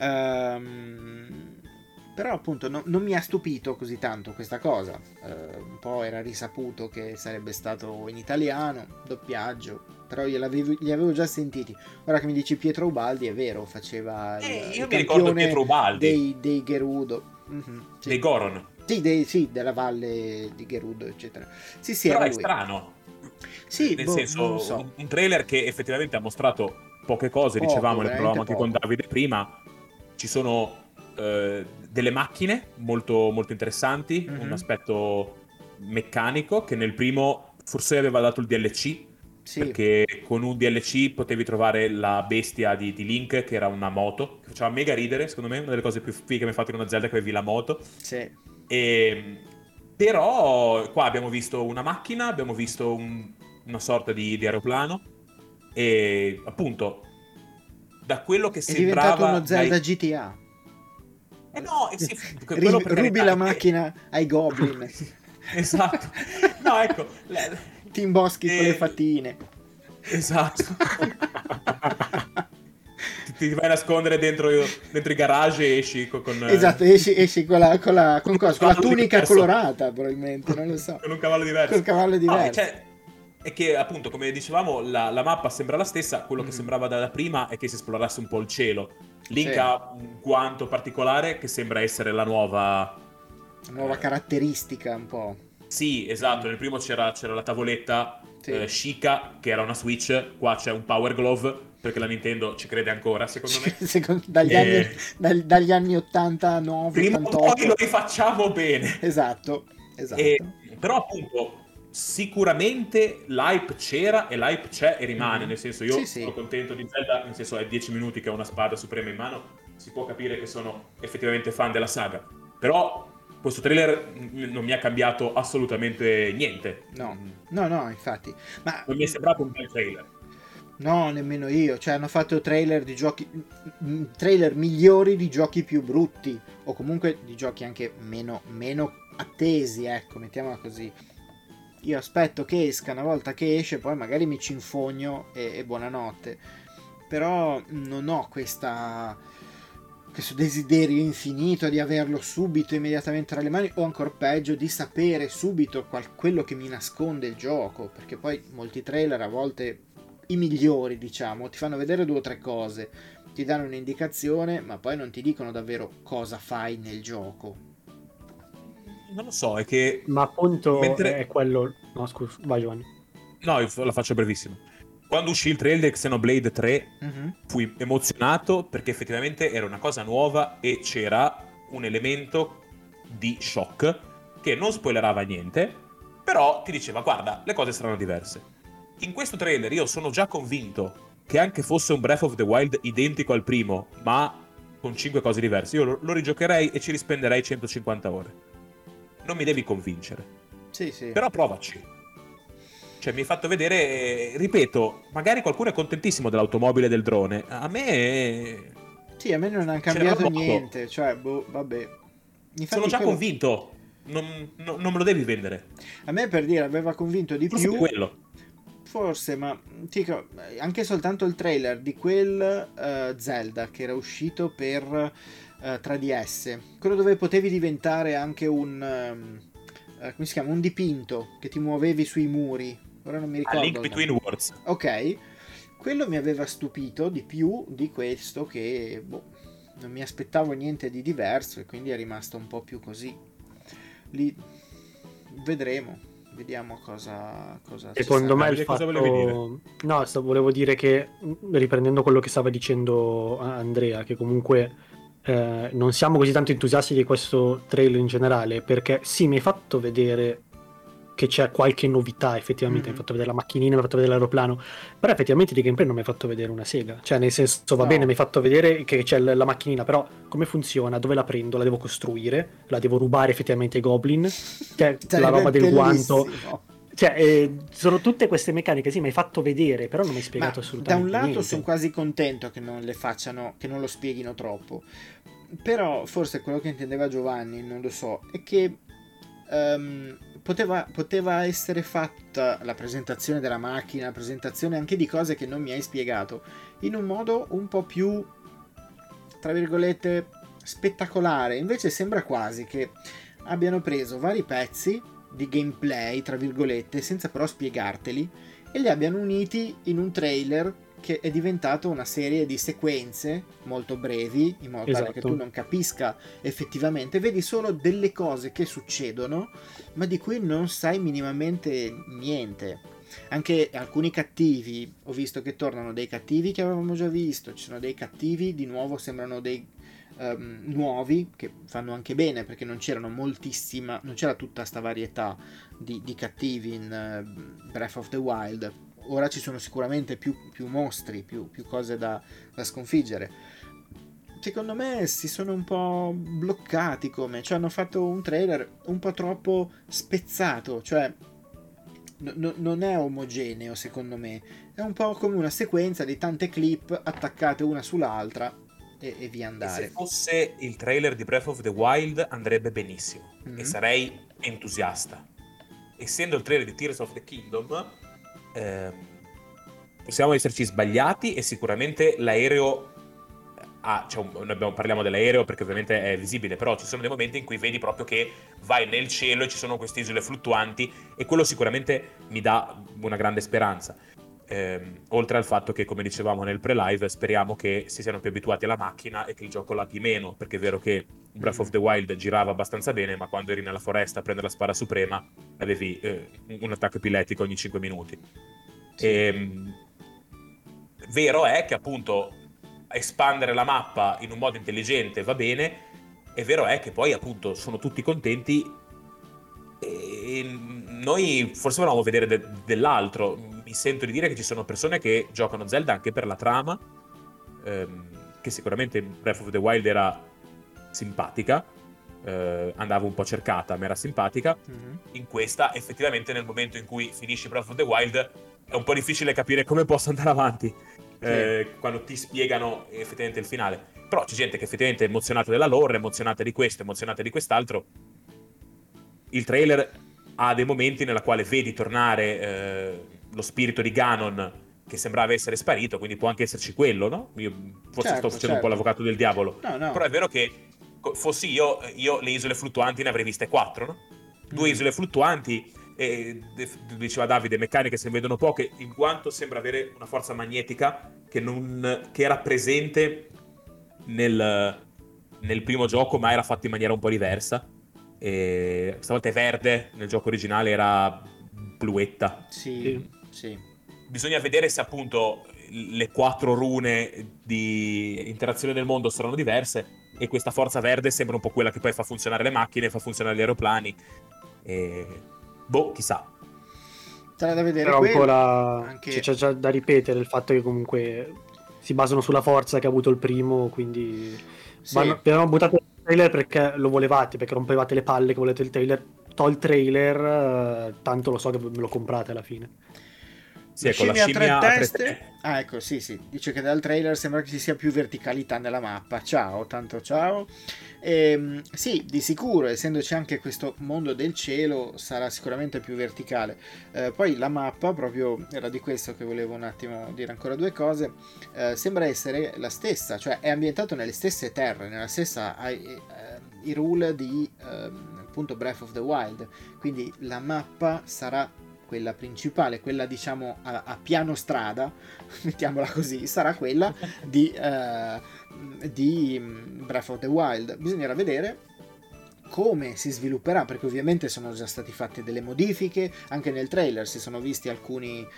Però appunto non mi ha stupito così tanto questa cosa. Un po' era risaputo che sarebbe stato in italiano, doppiaggio, però li avevo già sentiti. Ora che mi dici Pietro Ubaldi, è vero, faceva io mi ricordo Pietro Ubaldi dei Gerudo. Sì. Dei Goron. Sì, della valle di Gerudo, eccetera. Sì, però era è lui. Strano. Sì, nel senso, so. un trailer che effettivamente ha mostrato poche cose, dicevamo, ne parlavamo anche con Davide prima. Ci sono delle macchine molto, molto interessanti, un aspetto meccanico che nel primo forse aveva dato il DLC, perché con un DLC potevi trovare la bestia di Link, che era una moto, che faceva mega ridere, secondo me, una delle cose più fighe che mi ha fatto in una Zelda, che avevi la moto. Però qua abbiamo visto una macchina, abbiamo visto una sorta di aeroplano, e appunto da quello che sembrava... È diventato uno Zelda GTA. Rubi la macchina ai goblin. Esatto. No, ecco. Ti imboschi con le fatine. Esatto. ti vai a nascondere dentro i garage e esci con... Esatto, esci con la tunica colorata, probabilmente, non lo so. Con un cavallo diverso. Con un cavallo diverso. No, è che appunto, come dicevamo, la mappa sembra la stessa. Quello che sembrava da prima è che si esplorasse un po' il cielo. Link ha un guanto particolare che sembra essere la nuova caratteristica un po'. Sì, esatto. Nel primo c'era la tavoletta Sheikah, che era una Switch. Qua c'è un Power Glove, perché la Nintendo ci crede ancora, secondo me. Dagli anni 89, prima 88. Poi lo rifacciamo bene. Esatto. Però appunto sicuramente l'hype c'era e l'hype c'è e rimane, nel senso, io sono contento di Zelda, nel senso, è 10 minuti che ho una spada suprema in mano, si può capire che sono effettivamente fan della saga, però questo trailer non mi ha cambiato assolutamente niente. No, infatti. Ma non mi è sembrato un bel trailer. No, nemmeno io. Cioè, hanno fatto trailer migliori di giochi più brutti, o comunque di giochi anche meno attesi, ecco, mettiamola così. Io aspetto che esca, una volta che esce poi magari mi ci infogno e buonanotte. Però non ho questo desiderio infinito di averlo subito, immediatamente tra le mani, o ancora peggio di sapere subito quello che mi nasconde il gioco, perché poi molti trailer, a volte i migliori, diciamo, ti fanno vedere 2 o 3 cose, ti danno un'indicazione, ma poi non ti dicono davvero cosa fai nel gioco. Non lo so, è che... Ma appunto è quello... No, scusa, vai Giovanni. No, io la faccio brevissimo. Quando uscì il trailer di Xenoblade 3 fui emozionato, perché effettivamente era una cosa nuova e c'era un elemento di shock che non spoilerava niente, però ti diceva: guarda, le cose saranno diverse. In questo trailer io sono già convinto che anche fosse un Breath of the Wild identico al primo, ma con 5 cose diverse, io lo rigiocherei e ci rispenderei 150 ore. Non mi devi convincere. Sì. Però provaci. Cioè, mi hai fatto vedere, ripeto, magari qualcuno è contentissimo dell'automobile e del drone. A me... Sì, a me non ha cambiato niente. Cioè, vabbè. Infatti sono già convinto, non me lo devi vendere. A me, per dire, aveva convinto di Forse più quello. Forse, ma ti dico, anche soltanto il trailer di quel Zelda che era uscito per 3DS, quello dove potevi diventare anche un come si chiama? Un dipinto che ti muovevi sui muri. Ora non mi ricordo. A Link Between Worlds. Ok, quello mi aveva stupito di più di questo, che non mi aspettavo niente di diverso e quindi è rimasto un po' più così. Lì vedremo. Vediamo cosa secondo me il fatto... No, volevo dire che, riprendendo quello che stava dicendo Andrea, che comunque non siamo così tanto entusiasti di questo trailer in generale, perché sì, mi hai fatto vedere che c'è qualche novità, effettivamente, mi hai fatto vedere la macchinina, mi hai fatto vedere l'aeroplano, però effettivamente di gameplay non mi hai fatto vedere una sega, cioè nel senso va bene, mi hai fatto vedere che c'è la macchinina, però come funziona, dove la prendo, la devo costruire, la devo rubare effettivamente ai goblin, cioè la roba del guanto, cioè sono tutte queste meccaniche, sì, mi hai fatto vedere, però non mi hai spiegato assolutamente da un lato niente. sono quasi contento che non le facciano, che non lo spieghino troppo, però forse quello che intendeva Giovanni, non lo so, è che poteva essere fatta la presentazione della macchina, la presentazione anche di cose che non mi hai spiegato, in un modo un po' più, tra virgolette, spettacolare. Invece sembra quasi che abbiano preso vari pezzi di gameplay, tra virgolette, senza però spiegarteli, e li abbiano uniti in un trailer che è diventato una serie di sequenze molto brevi, in modo tale che tu non capisca effettivamente, vedi solo delle cose che succedono, ma di cui non sai minimamente niente. Anche alcuni cattivi, ho visto che tornano dei cattivi che avevamo già visto, ci sono dei cattivi, di nuovo sembrano dei nuovi, che fanno anche bene, perché non c'era tutta sta varietà di cattivi in Breath of the Wild. Ora ci sono sicuramente più mostri, più cose da sconfiggere. Secondo me si sono un po' bloccati, cioè hanno fatto un trailer un po' troppo spezzato, cioè non è omogeneo, secondo me. È un po' come una sequenza di tante clip attaccate una sull'altra e via andare. E se fosse il trailer di Breath of the Wild andrebbe benissimo e sarei entusiasta. Essendo il trailer di Tears of the Kingdom, possiamo esserci sbagliati, e sicuramente l'aereo parliamo dell'aereo perché ovviamente è visibile, però ci sono dei momenti in cui vedi proprio che vai nel cielo e ci sono queste isole fluttuanti, e quello sicuramente mi dà una grande speranza. Oltre al fatto che, come dicevamo nel pre-live, speriamo che si siano più abituati alla macchina e che il gioco laghi meno, perché è vero che Breath of the Wild girava abbastanza bene, ma quando eri nella foresta a prendere la spada suprema avevi un attacco epiletico ogni 5 minuti. Vero è che appunto espandere la mappa in un modo intelligente va bene, e vero è che poi appunto sono tutti contenti, e noi forse volevamo vedere dell'altro. Mi sento di dire che ci sono persone che giocano Zelda anche per la trama, che sicuramente in Breath of the Wild era simpatica, andava un po' cercata, ma era simpatica. In questa effettivamente, nel momento in cui finisci Breath of the Wild, è un po' difficile capire come posso andare avanti, quando ti spiegano effettivamente il finale. Però c'è gente che effettivamente è emozionata della lore, emozionata di questo, emozionata di quest'altro. Il trailer ha dei momenti nella quale vedi tornare lo spirito di Ganon, che sembrava essere sparito, quindi può anche esserci quello, no? Io forse sto facendo un po' l'avvocato del diavolo, no. Però è vero che fossi io le isole fluttuanti ne avrei viste 4, no? 2 isole fluttuanti, e diceva Davide, meccaniche se ne vedono poche, in quanto sembra avere una forza magnetica che era presente nel primo gioco, ma era fatto in maniera un po' diversa. E stavolta è verde, nel gioco originale era bluetta. Sì. Bisogna vedere se appunto le 4 rune di interazione del mondo saranno diverse, e questa forza verde sembra un po' quella che poi fa funzionare le macchine, fa funzionare gli aeroplani, e chissà. Sarà da vedere. Però ancora anche... c'è già da ripetere il fatto che comunque si basano sulla forza che ha avuto il primo, quindi abbiamo buttato il trailer perché lo volevate, perché rompevate le palle che volete il trailer. Il trailer, tanto lo so che me lo comprate alla fine. Sì, con la scimmia a tre teste. Ah, ecco, sì, dice che dal trailer sembra che ci sia più verticalità nella mappa. Ciao, tanto ciao. Sì, di sicuro, essendoci anche questo mondo del cielo, sarà sicuramente più verticale. Poi la mappa, proprio era di questo che volevo un attimo dire ancora due cose, sembra essere la stessa, cioè è ambientato nelle stesse terre, nella stessa Hyrule di appunto Breath of the Wild, quindi la mappa sarà quella principale, quella diciamo a piano strada, mettiamola così, sarà quella di Breath of the Wild. Bisognerà vedere come si svilupperà, perché ovviamente sono già stati fatti delle modifiche, anche nel trailer si sono visti alcuni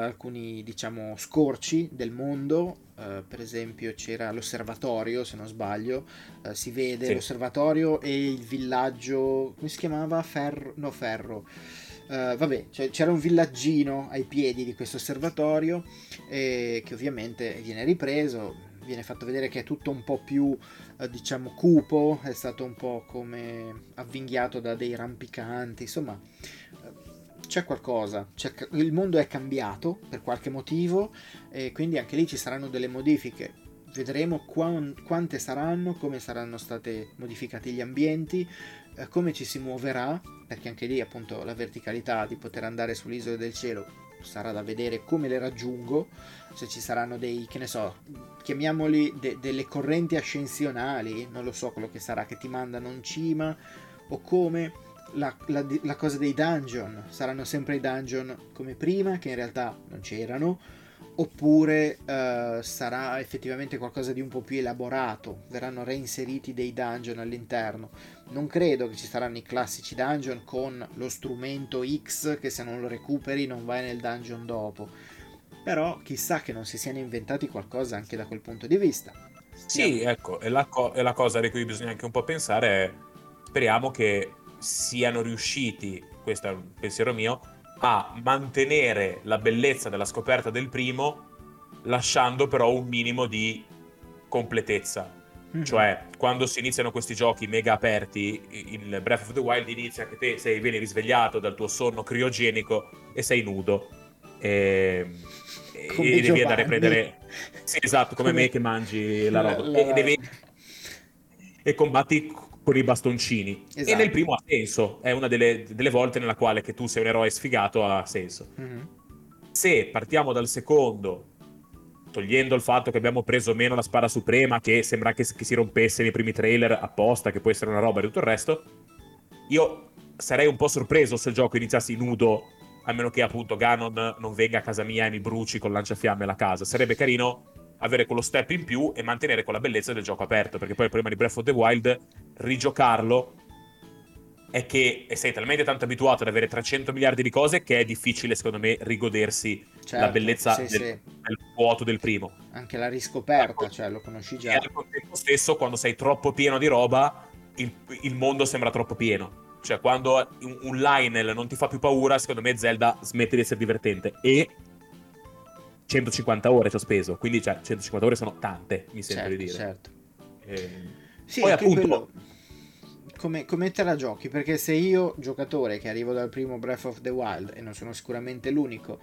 diciamo scorci del mondo, per esempio c'era l'osservatorio, se non sbaglio, si vede l'osservatorio e il villaggio, come si chiamava? Ferro. Vabbè, c'era un villaggino ai piedi di questo osservatorio che ovviamente viene ripreso, viene fatto vedere che è tutto un po' più diciamo cupo, è stato un po' come avvinghiato da dei rampicanti, insomma c'è qualcosa, il mondo è cambiato per qualche motivo e quindi anche lì ci saranno delle modifiche. Vedremo quante saranno, come saranno state modificati gli ambienti, come ci si muoverà, perché anche lì appunto la verticalità di poter andare sull'isola del cielo sarà da vedere come le raggiungo, se ci saranno dei, che ne so, chiamiamoli delle correnti ascensionali, non lo so quello che sarà, che ti mandano in cima, o come la cosa dei dungeon, saranno sempre i dungeon come prima, che in realtà non c'erano, oppure sarà effettivamente qualcosa di un po' più elaborato, verranno reinseriti dei dungeon all'interno. Non credo che ci saranno i classici dungeon con lo strumento X che se non lo recuperi non vai nel dungeon dopo, però chissà che non si siano inventati qualcosa anche da quel punto di vista. Sì, ecco, e la cosa di cui bisogna anche un po' pensare è, speriamo che siano riusciti, questo è un pensiero mio, a mantenere la bellezza della scoperta del primo, lasciando però un minimo di completezza. Cioè, quando si iniziano questi giochi mega aperti, il Breath of the Wild inizia che te vieni risvegliato dal tuo sonno criogenico e sei nudo. E devi andare a prendere... Sì, esatto, come me che mangi la roba. E combatti con i bastoncini. Esatto. E nel primo ha senso, è una delle volte nella quale che tu sei un eroe sfigato ha senso. Se partiamo dal secondo, togliendo il fatto che abbiamo preso meno la spada suprema, che sembra che si rompesse nei primi trailer apposta, che può essere una roba e tutto il resto, io sarei un po' sorpreso se il gioco iniziassi nudo, a meno che appunto Ganon non venga a casa mia e mi bruci con lanciafiamme la casa. Sarebbe carino avere quello step in più e mantenere quella bellezza del gioco aperto, perché poi il problema di Breath of the Wild, rigiocarlo, è che sei talmente tanto abituato ad avere 300 miliardi di cose che è difficile secondo me rigodersi la bellezza del vuoto del primo. Anche la riscoperta, cioè lo conosci già. E al tempo stesso, quando sei troppo pieno di roba, il mondo sembra troppo pieno. Cioè quando un Lionel non ti fa più paura, secondo me Zelda smette di essere divertente. E 150 ore ci ho speso, quindi cioè 150 ore sono tante, mi sento di dire. Certo. Sì, poi anche appunto come te la giochi, perché se io, giocatore che arrivo dal primo Breath of the Wild, e non sono sicuramente l'unico,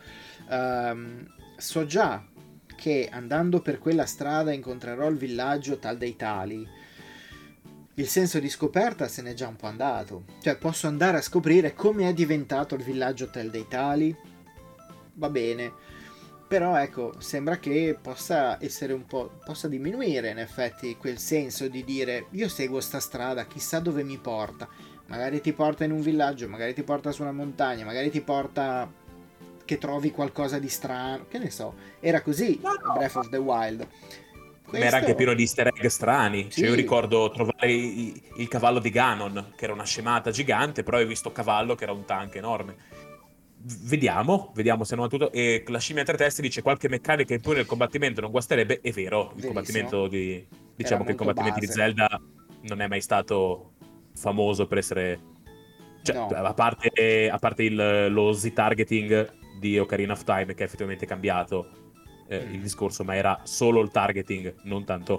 so già che andando per quella strada incontrerò il villaggio tal dei tali, il senso di scoperta se n'è già un po' andato, cioè posso andare a scoprire come è diventato il villaggio tal dei tali, va bene, però ecco, sembra che possa essere possa diminuire in effetti quel senso di dire io seguo sta strada, chissà dove mi porta, magari ti porta in un villaggio, magari ti porta su una montagna, magari ti porta che trovi qualcosa di strano, che ne so, era così Breath of the Wild. Ma era anche pieno di easter egg strani. Sì. Cioè, io ricordo trovare il cavallo di Ganon, che era una scemata gigante, però ho visto cavallo che era un tank enorme. Vediamo se non è tutto. E la scimmia a tre teste dice qualche meccanica in più nel combattimento non guasterebbe. È vero, il combattimento diciamo che il combattimento di Zelda non è mai stato famoso per essere, cioè, no. a parte lo Z-targeting di Ocarina of Time, che è effettivamente cambiato il discorso, ma era solo il targeting, non tanto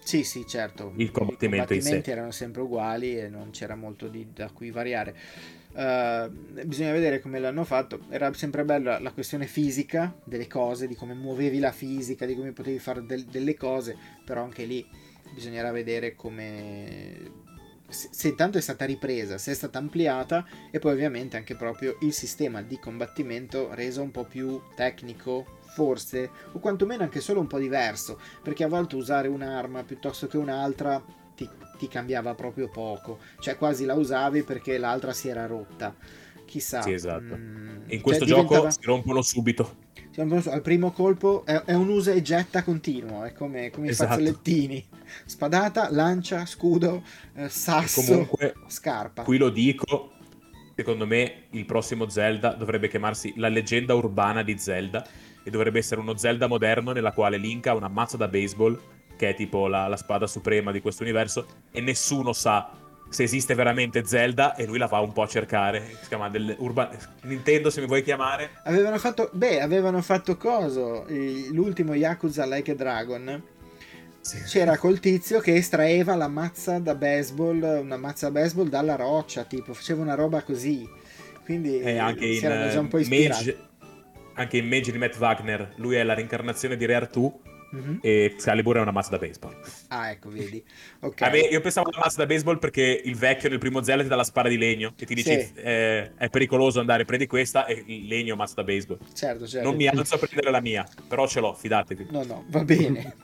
Sì, sì, certo. il I combattimento in sé. combattimenti erano sempre uguali e non c'era molto da cui variare. Bisogna vedere come l'hanno fatto. Era sempre bella la questione fisica delle cose, di come muovevi la fisica, di come potevi fare delle cose, però anche lì bisognerà vedere come... Se intanto è stata ripresa, se è stata ampliata e poi ovviamente anche proprio il sistema di combattimento reso un po' più tecnico, forse, o quantomeno anche solo un po' diverso, perché a volte usare un'arma piuttosto che un'altra ti cambiava proprio poco, cioè quasi la usavi perché l'altra si era rotta, chissà. Sì, esatto. In Cioè questo gioco si rompono subito. al primo colpo è un usa e getta continuo, è come i Esatto. fazzolettini, spadata, lancia, scudo, sasso, E comunque, scarpa. qui lo dico, secondo me il prossimo Zelda dovrebbe chiamarsi La leggenda urbana di Zelda e dovrebbe essere uno Zelda moderno nella quale Link ha una mazza da baseball, che è tipo la spada suprema di questo universo, e nessuno sa se esiste veramente Zelda e lui la va un po' a cercare. Si chiama Nintendo, se mi vuoi chiamare. Avevano fatto coso, l'ultimo Yakuza Like a Dragon. Sì. C'era col tizio che estraeva la mazza da baseball, una mazza da baseball dalla roccia, tipo, faceva una roba così. Quindi anche si erano già un po' ispirati. Anche in Mage di Matt Wagner, lui è la reincarnazione di Rare 2 e Excalibur è una mazza da baseball. Ah, ecco, vedi. Okay. Io pensavo alla mazza da baseball perché il vecchio nel primo Zelda ti dà la spada di legno e ti dice Sì. È pericoloso andare, prendi questa e il legno mazza da baseball. Certo. Non mi alzo a prendere la mia, però ce l'ho, fidatevi. No, va bene.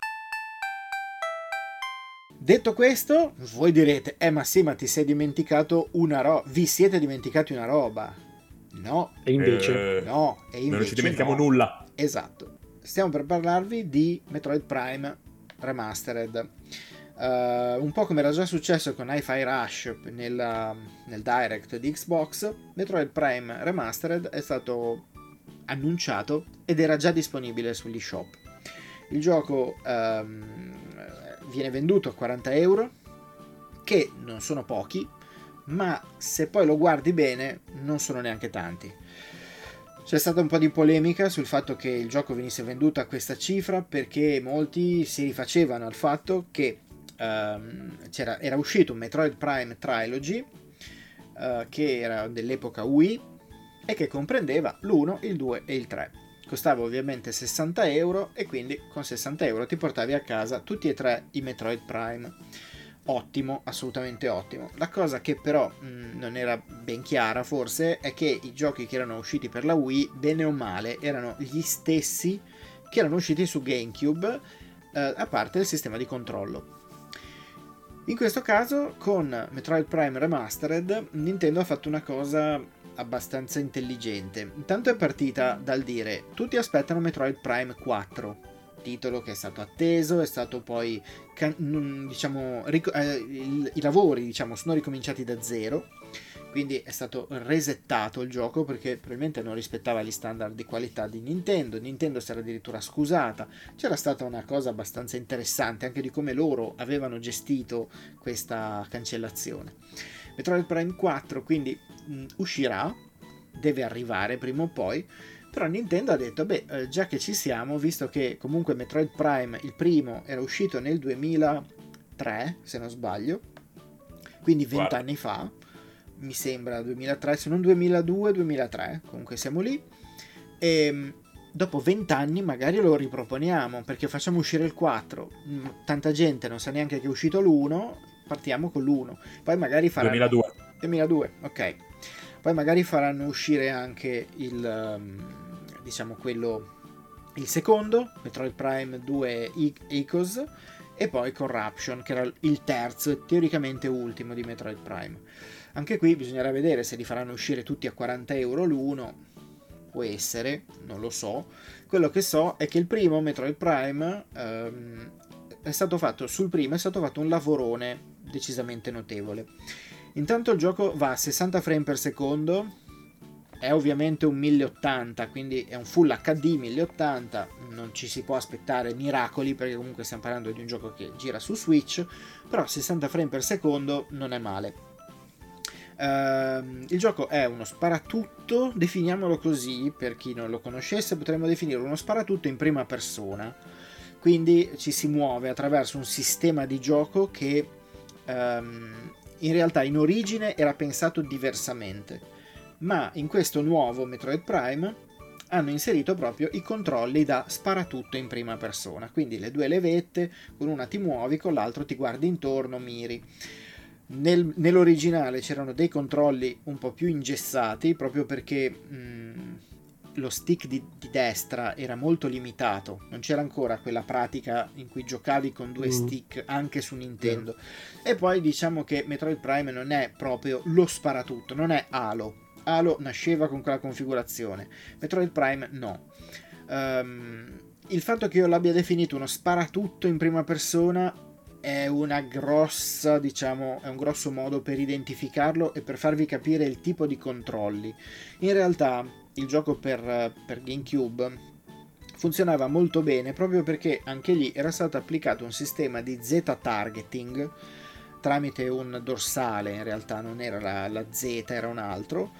Detto questo, voi direte, ma sì, ma ti sei dimenticato una roba. Vi siete dimenticati una roba? No. E invece? No, e invece non ci dimentichiamo no. nulla. Esatto. Stiamo per parlarvi di Metroid Prime Remastered. Un po' come era già successo con Hi-Fi Rush nel Direct di Xbox, Metroid Prime Remastered è stato annunciato ed era già disponibile sugli shop. Il gioco viene venduto a 40 euro, che non sono pochi, ma se poi lo guardi bene non sono neanche tanti. C'è stata un po' di polemica sul fatto che il gioco venisse venduto a questa cifra, perché molti si rifacevano al fatto che era uscito un Metroid Prime Trilogy che era dell'epoca Wii e che comprendeva l'1, il 2 e il 3. Costava ovviamente 60 euro e quindi con 60 euro ti portavi a casa tutti e tre i Metroid Prime. Ottimo, assolutamente ottimo. La cosa che però non era ben chiara forse è che i giochi che erano usciti per la Wii, bene o male, erano gli stessi che erano usciti su GameCube, a parte il sistema di controllo. In questo caso con Metroid Prime Remastered Nintendo ha fatto una cosa abbastanza intelligente. Intanto è partita dal dire: tutti aspettano Metroid Prime 4, titolo che è stato atteso, è stato poi i lavori sono ricominciati da zero, quindi è stato resettato il gioco perché probabilmente non rispettava gli standard di qualità di Nintendo si era addirittura scusata. C'era stata una cosa abbastanza interessante anche di come loro avevano gestito questa cancellazione. Metroid Prime 4 quindi uscirà, deve arrivare prima o poi, però Nintendo ha detto già che ci siamo, visto che comunque Metroid Prime il primo era uscito nel 2003 se non sbaglio, quindi 20 anni fa, mi sembra 2003, se non 2002-2003, comunque siamo lì, e dopo 20 anni magari lo riproponiamo, perché facciamo uscire il 4, tanta gente non sa neanche che è uscito l'1, partiamo con l'1, poi magari faranno 2002, ok, poi magari faranno uscire anche il secondo Metroid Prime 2 Echoes e poi Corruption, che era il terzo e teoricamente ultimo di Metroid Prime. Anche qui bisognerà vedere se li faranno uscire tutti a 40 euro l'uno, può essere, non lo so. Quello che so è che il primo Metroid Prime è stato fatto un lavorone decisamente notevole. Intanto il gioco va a 60 frame per secondo, è ovviamente un 1080, quindi è un full HD 1080, non ci si può aspettare miracoli perché comunque stiamo parlando di un gioco che gira su Switch, però 60 frame per secondo non è male. Il gioco è uno sparatutto, definiamolo così, per chi non lo conoscesse potremmo definire uno sparatutto in prima persona, quindi ci si muove attraverso un sistema di gioco che in realtà in origine era pensato diversamente, ma in questo nuovo Metroid Prime hanno inserito proprio i controlli da sparatutto in prima persona, quindi le due levette, con una ti muovi, con l'altro ti guardi intorno, miri. Nell'originale c'erano dei controlli un po' più ingessati, proprio perché lo stick di destra era molto limitato, non c'era ancora quella pratica in cui giocavi con due stick anche su Nintendo. E poi diciamo che Metroid Prime non è proprio lo sparatutto, non è Halo. Halo nasceva con quella configurazione, Metroid Prime no. Il fatto che io l'abbia definito uno sparatutto in prima persona è una grossa, diciamo, è un grosso modo per identificarlo e per farvi capire il tipo di controlli. In realtà il gioco per GameCube funzionava molto bene proprio perché anche lì era stato applicato un sistema di Z-targeting tramite un dorsale, in realtà non era la Z, era un altro,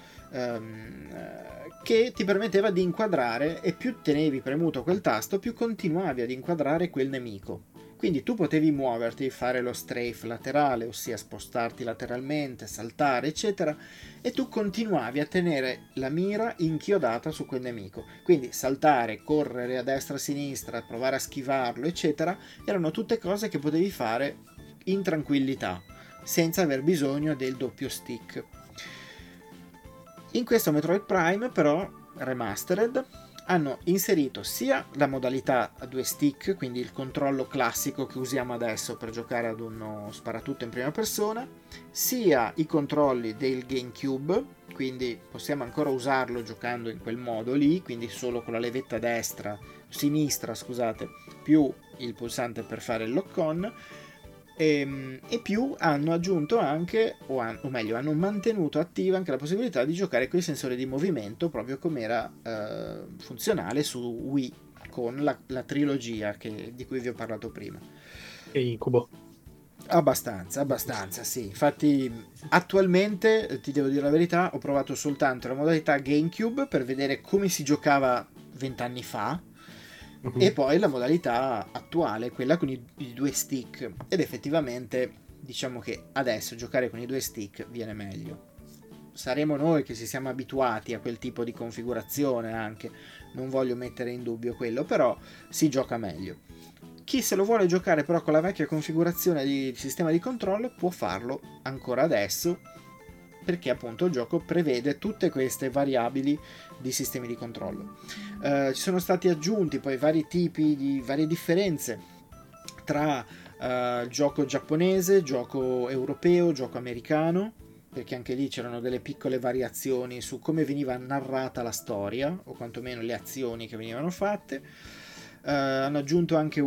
che ti permetteva di inquadrare, e più tenevi premuto quel tasto più continuavi ad inquadrare quel nemico. Quindi tu potevi muoverti, fare lo strafe laterale, ossia spostarti lateralmente, saltare, eccetera, e tu continuavi a tenere la mira inchiodata su quel nemico. Quindi saltare, correre a destra, a sinistra, provare a schivarlo, eccetera, erano tutte cose che potevi fare in tranquillità, senza aver bisogno del doppio stick. In questo Metroid Prime, però, remastered, hanno inserito sia la modalità a due stick, quindi il controllo classico che usiamo adesso per giocare ad uno sparatutto in prima persona, sia i controlli del GameCube, quindi possiamo ancora usarlo giocando in quel modo lì, quindi solo con la levetta sinistra, più il pulsante per fare il lock-on, e più hanno aggiunto anche, o meglio, hanno mantenuto attiva anche la possibilità di giocare con i sensori di movimento, proprio come era funzionale su Wii con la trilogia di cui vi ho parlato prima. E Incubo. Abbastanza, sì. Infatti attualmente, ti devo dire la verità, ho provato soltanto la modalità GameCube per vedere come si giocava 20 anni fa, e poi la modalità attuale, quella con i due stick, ed effettivamente diciamo che adesso giocare con i due stick viene meglio. Saremo noi che ci siamo abituati a quel tipo di configurazione, anche non voglio mettere in dubbio quello, però si gioca meglio. Chi se lo vuole giocare però con la vecchia configurazione di sistema di controllo può farlo ancora adesso, perché appunto il gioco prevede tutte queste variabili di sistemi di controllo. Ci sono stati aggiunti poi varie differenze tra gioco giapponese, gioco europeo, gioco americano, perché anche lì c'erano delle piccole variazioni su come veniva narrata la storia, o quantomeno le azioni che venivano fatte. Hanno aggiunto anche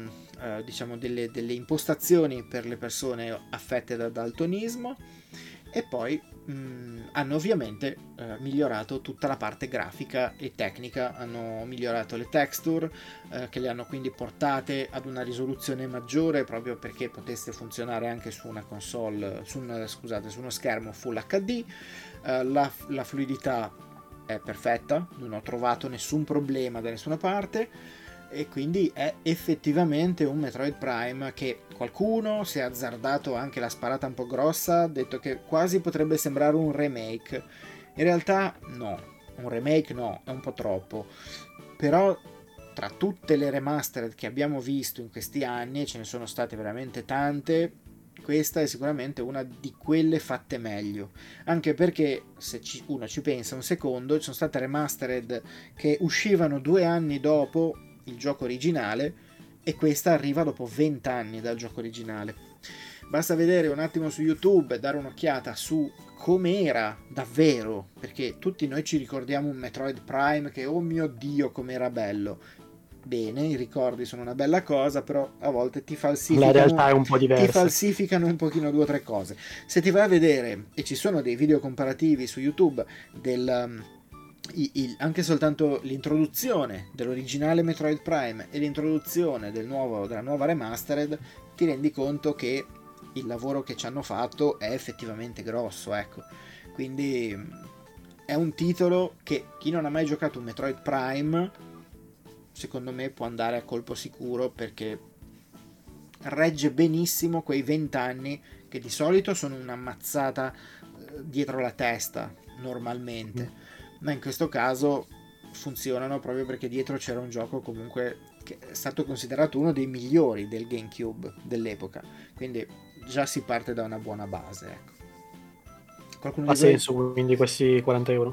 delle impostazioni per le persone affette da daltonismo, e poi hanno ovviamente migliorato tutta la parte grafica e tecnica. Hanno migliorato le texture, che le hanno quindi portate ad una risoluzione maggiore, proprio perché potesse funzionare anche su una console, su uno schermo Full HD. La fluidità è perfetta, non ho trovato nessun problema da nessuna parte, e quindi è effettivamente un Metroid Prime che qualcuno si è azzardato anche la sparata un po' grossa, ha detto che quasi potrebbe sembrare un remake. In realtà no, un remake no, è un po' troppo. Però tra tutte le remastered che abbiamo visto in questi anni, ce ne sono state veramente tante, questa è sicuramente una di quelle fatte meglio, anche perché se uno ci pensa un secondo, ci sono state remastered che uscivano 2 anni dopo il gioco originale, e questa arriva dopo 20 anni dal gioco originale. Basta vedere un attimo su YouTube e dare un'occhiata su com'era davvero, perché tutti noi ci ricordiamo un Metroid Prime che, oh mio Dio, com'era bello. Bene, i ricordi sono una bella cosa, però a volte ti falsificano, la realtà è un po' diversa. Ti falsificano un pochino 2 o 3 cose. Se ti vai a vedere, e ci sono dei video comparativi su YouTube anche soltanto l'introduzione dell'originale Metroid Prime e l'introduzione della nuova remastered, ti rendi conto che il lavoro che ci hanno fatto è effettivamente grosso, ecco. Quindi è un titolo che chi non ha mai giocato un Metroid Prime secondo me può andare a colpo sicuro, perché regge benissimo quei 20 anni che di solito sono una mazzata dietro la testa normalmente, ma in questo caso funzionano proprio perché dietro c'era un gioco comunque che è stato considerato uno dei migliori del GameCube dell'epoca, quindi già si parte da una buona base, ecco. Ha senso quindi questi 40 euro?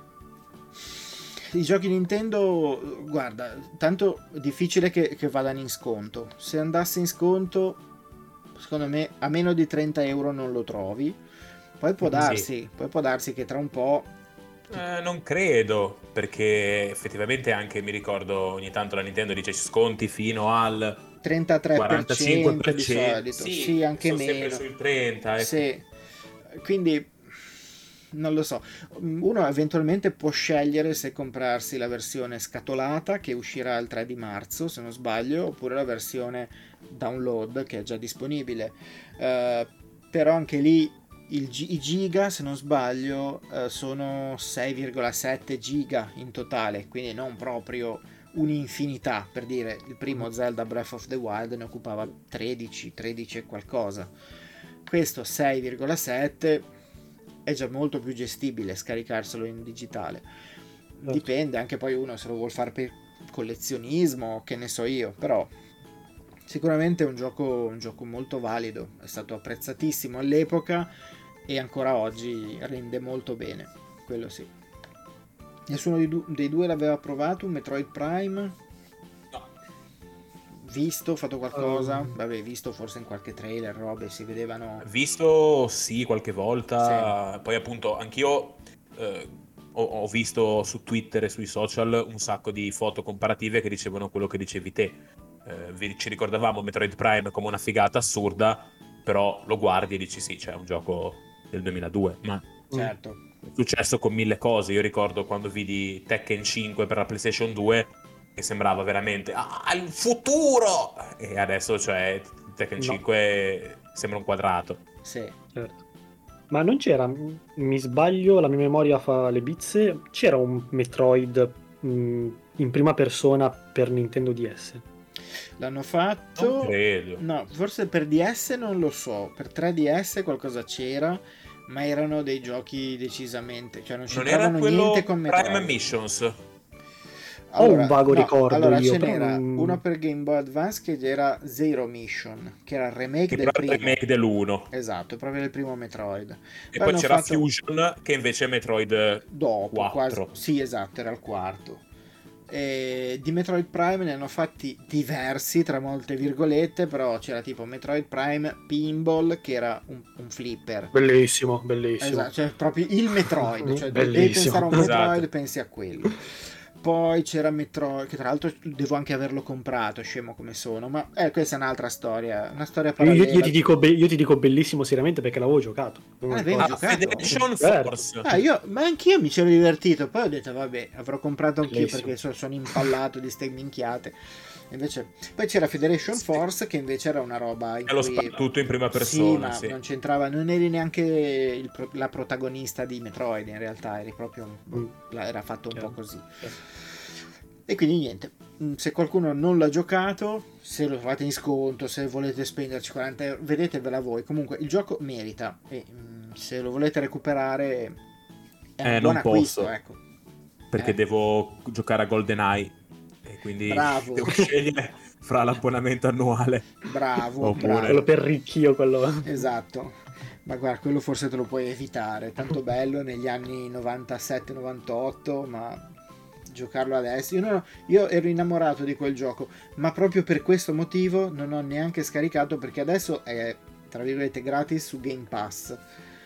I giochi Nintendo, guarda, tanto è difficile che vadano in sconto. Se andasse in sconto, secondo me a meno di 30 euro non lo trovi. Poi può darsi che tra un po'... Non credo, perché effettivamente anche mi ricordo ogni tanto la Nintendo dice sconti fino al 33% 45% di solito. Sì, anche sono meno. sempre sui 30, ecco. Sì. Quindi non lo so. Uno eventualmente può scegliere se comprarsi la versione scatolata, che uscirà il 3 di marzo se non sbaglio, oppure la versione download che è già disponibile. Però anche lì i giga, se non sbaglio, sono 6,7 giga in totale, quindi non proprio un'infinità. Per dire, il primo Zelda Breath of the Wild ne occupava 13 e qualcosa. Questo 6,7 è già molto più gestibile scaricarselo in digitale. Dipende anche poi uno se lo vuol fare per collezionismo, che ne so io, però sicuramente è un gioco molto valido, è stato apprezzatissimo all'epoca e ancora oggi rende molto bene, quello sì. Nessuno dei due l'aveva provato un Metroid Prime? No. Visto, fatto qualcosa? Vabbè, visto forse in qualche trailer, robe, si vedevano... Visto, sì, qualche volta. Sì. Poi appunto anch'io ho visto su Twitter e sui social un sacco di foto comparative che dicevano quello che dicevi te. Ci ricordavamo Metroid Prime come una figata assurda, però lo guardi e dici sì, c'è un gioco del 2002, ma certo, è successo con mille cose. Io ricordo quando vidi Tekken 5 per la PlayStation 2 che sembrava veramente il futuro, e adesso cioè Tekken 5 sembra un quadrato. sì, certo. Ma non c'era, mi sbaglio, la mia memoria fa le bizze, c'era un Metroid in prima persona per Nintendo DS? L'hanno fatto, Non credo. no, forse per DS non lo so, per 3DS qualcosa c'era, ma erano dei giochi decisamente, cioè non c'entravano niente con Metroid. Prime Missions. Ho un vago ricordo. Allora io, ce però n'era uno per Game Boy Advance che era Zero Mission, che era il remake del primo. Il remake dell'1. Esatto, proprio del primo Metroid. E poi c'era Fusion, che invece è Metroid dopo, 4. quasi. Sì, esatto, era il quarto. E di Metroid Prime ne hanno fatti diversi, tra molte virgolette, però c'era tipo Metroid Prime Pinball, che era un flipper. Bellissimo, bellissimo. Esatto, cioè proprio il Metroid, cioè devi pensare a un Metroid, esatto. Pensi a quello. Poi c'era Metroid, che tra l'altro devo anche averlo comprato, scemo come sono, ma questa è un'altra storia, una storia parallela. Io ti dico bellissimo seriamente perché l'avevo giocato. Federation Force. Ma anch'io mi c'ero divertito, poi ho detto vabbè, avrò comprato anch'io perché sono impallato di ste minchiate. Invece poi c'era Federation Force, che invece era una roba in cui... lo sparatutto in prima persona, sì, ma non c'entrava, non eri neanche la protagonista di Metroid, in realtà eri proprio era fatto un po' così. E quindi niente, se qualcuno non l'ha giocato, se lo trovate in sconto, se volete spenderci 40 euro, vedetevela voi. Comunque il gioco merita, e se lo volete recuperare è un buon acquisto, ecco. Perché devo giocare a GoldenEye e quindi devo scegliere fra l'abbonamento annuale. Bravo. Quello per ricchio, quello. Esatto. Ma guarda, quello forse te lo puoi evitare, tanto bello negli anni 97-98, ma giocarlo adesso, io ero innamorato di quel gioco, ma proprio per questo motivo non ho neanche scaricato, perché adesso è tra virgolette gratis su Game Pass.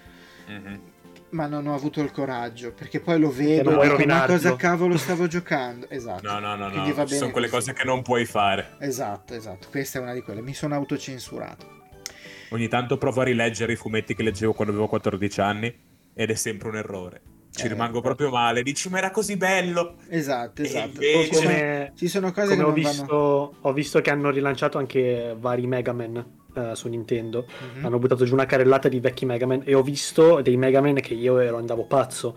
Ma non ho avuto il coraggio, perché poi lo vedo e dico, ma cosa cavolo stavo giocando? Esatto. No, sono quelle cose che non puoi fare. Esatto, questa è una di quelle, mi sono autocensurato. Ogni tanto provo a rileggere i fumetti che leggevo quando avevo 14 anni ed è sempre un errore. Ci rimango proprio male, dici ma era così bello. Esatto. Invece, ci sono cose che ho visto che hanno rilanciato anche vari Mega Man su Nintendo. Hanno buttato giù una carrellata di vecchi Mega Man e ho visto dei Mega Man che io andavo pazzo.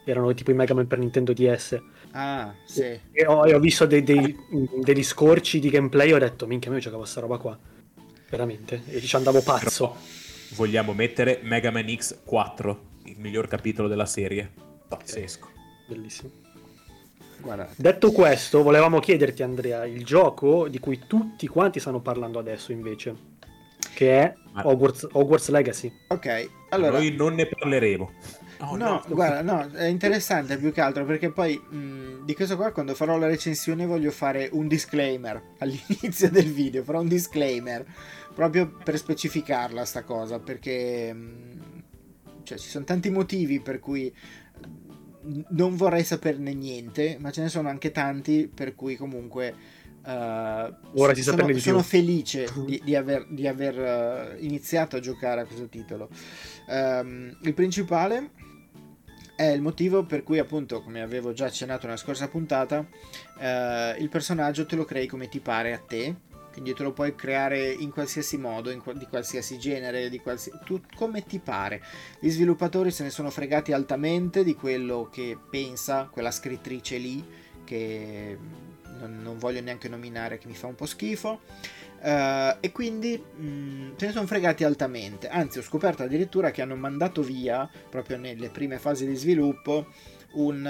erano tipo i Mega Man per Nintendo DS. Ah, sì. E ho visto degli scorci di gameplay e ho detto, minchia, io giocavo a sta roba qua. Veramente. E ci andavo pazzo. Però vogliamo mettere Mega Man X4, il miglior capitolo della serie. Pazzesco. Bellissimo. Guardate. Detto questo, volevamo chiederti, Andrea, il gioco di cui tutti quanti stanno parlando adesso invece, che è Hogwarts Legacy. Ok, allora... Noi non ne parleremo. No, guarda, no, è interessante più che altro perché poi di questo qua quando farò la recensione voglio fare un disclaimer all'inizio del video, farò un disclaimer proprio per specificarla sta cosa, perché cioè, ci sono tanti motivi per cui non vorrei saperne niente, ma ce ne sono anche tanti per cui comunque ora si saperne di più. Sono felice di aver iniziato a giocare a questo titolo. Il principale è il motivo per cui, appunto, come avevo già accennato nella scorsa puntata, il personaggio te lo crei come ti pare a te, quindi te lo puoi creare in qualsiasi modo, di qualsiasi genere, come ti pare. Gli sviluppatori se ne sono fregati altamente di quello che pensa quella scrittrice lì, che non voglio neanche nominare, che mi fa un po' schifo. E quindi se ne sono fregati altamente, anzi ho scoperto addirittura che hanno mandato via proprio nelle prime fasi di sviluppo un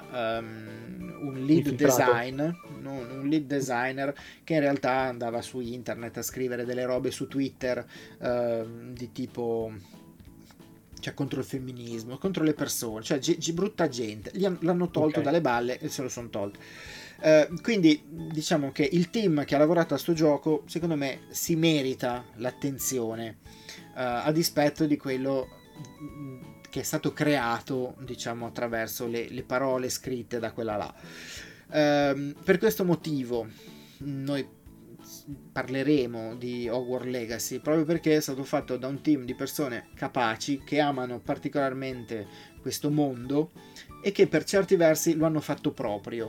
lead designer che in realtà andava su internet a scrivere delle robe su Twitter di tipo, cioè, contro il femminismo, contro le persone, cioè brutta gente. L'hanno tolto dalle balle e se lo sono tolto. Quindi diciamo che il team che ha lavorato a sto gioco secondo me si merita l'attenzione a dispetto di quello che è stato creato, diciamo, attraverso le parole scritte da quella là. Per questo motivo noi parleremo di Hogwarts Legacy proprio perché è stato fatto da un team di persone capaci che amano particolarmente questo mondo e che per certi versi lo hanno fatto proprio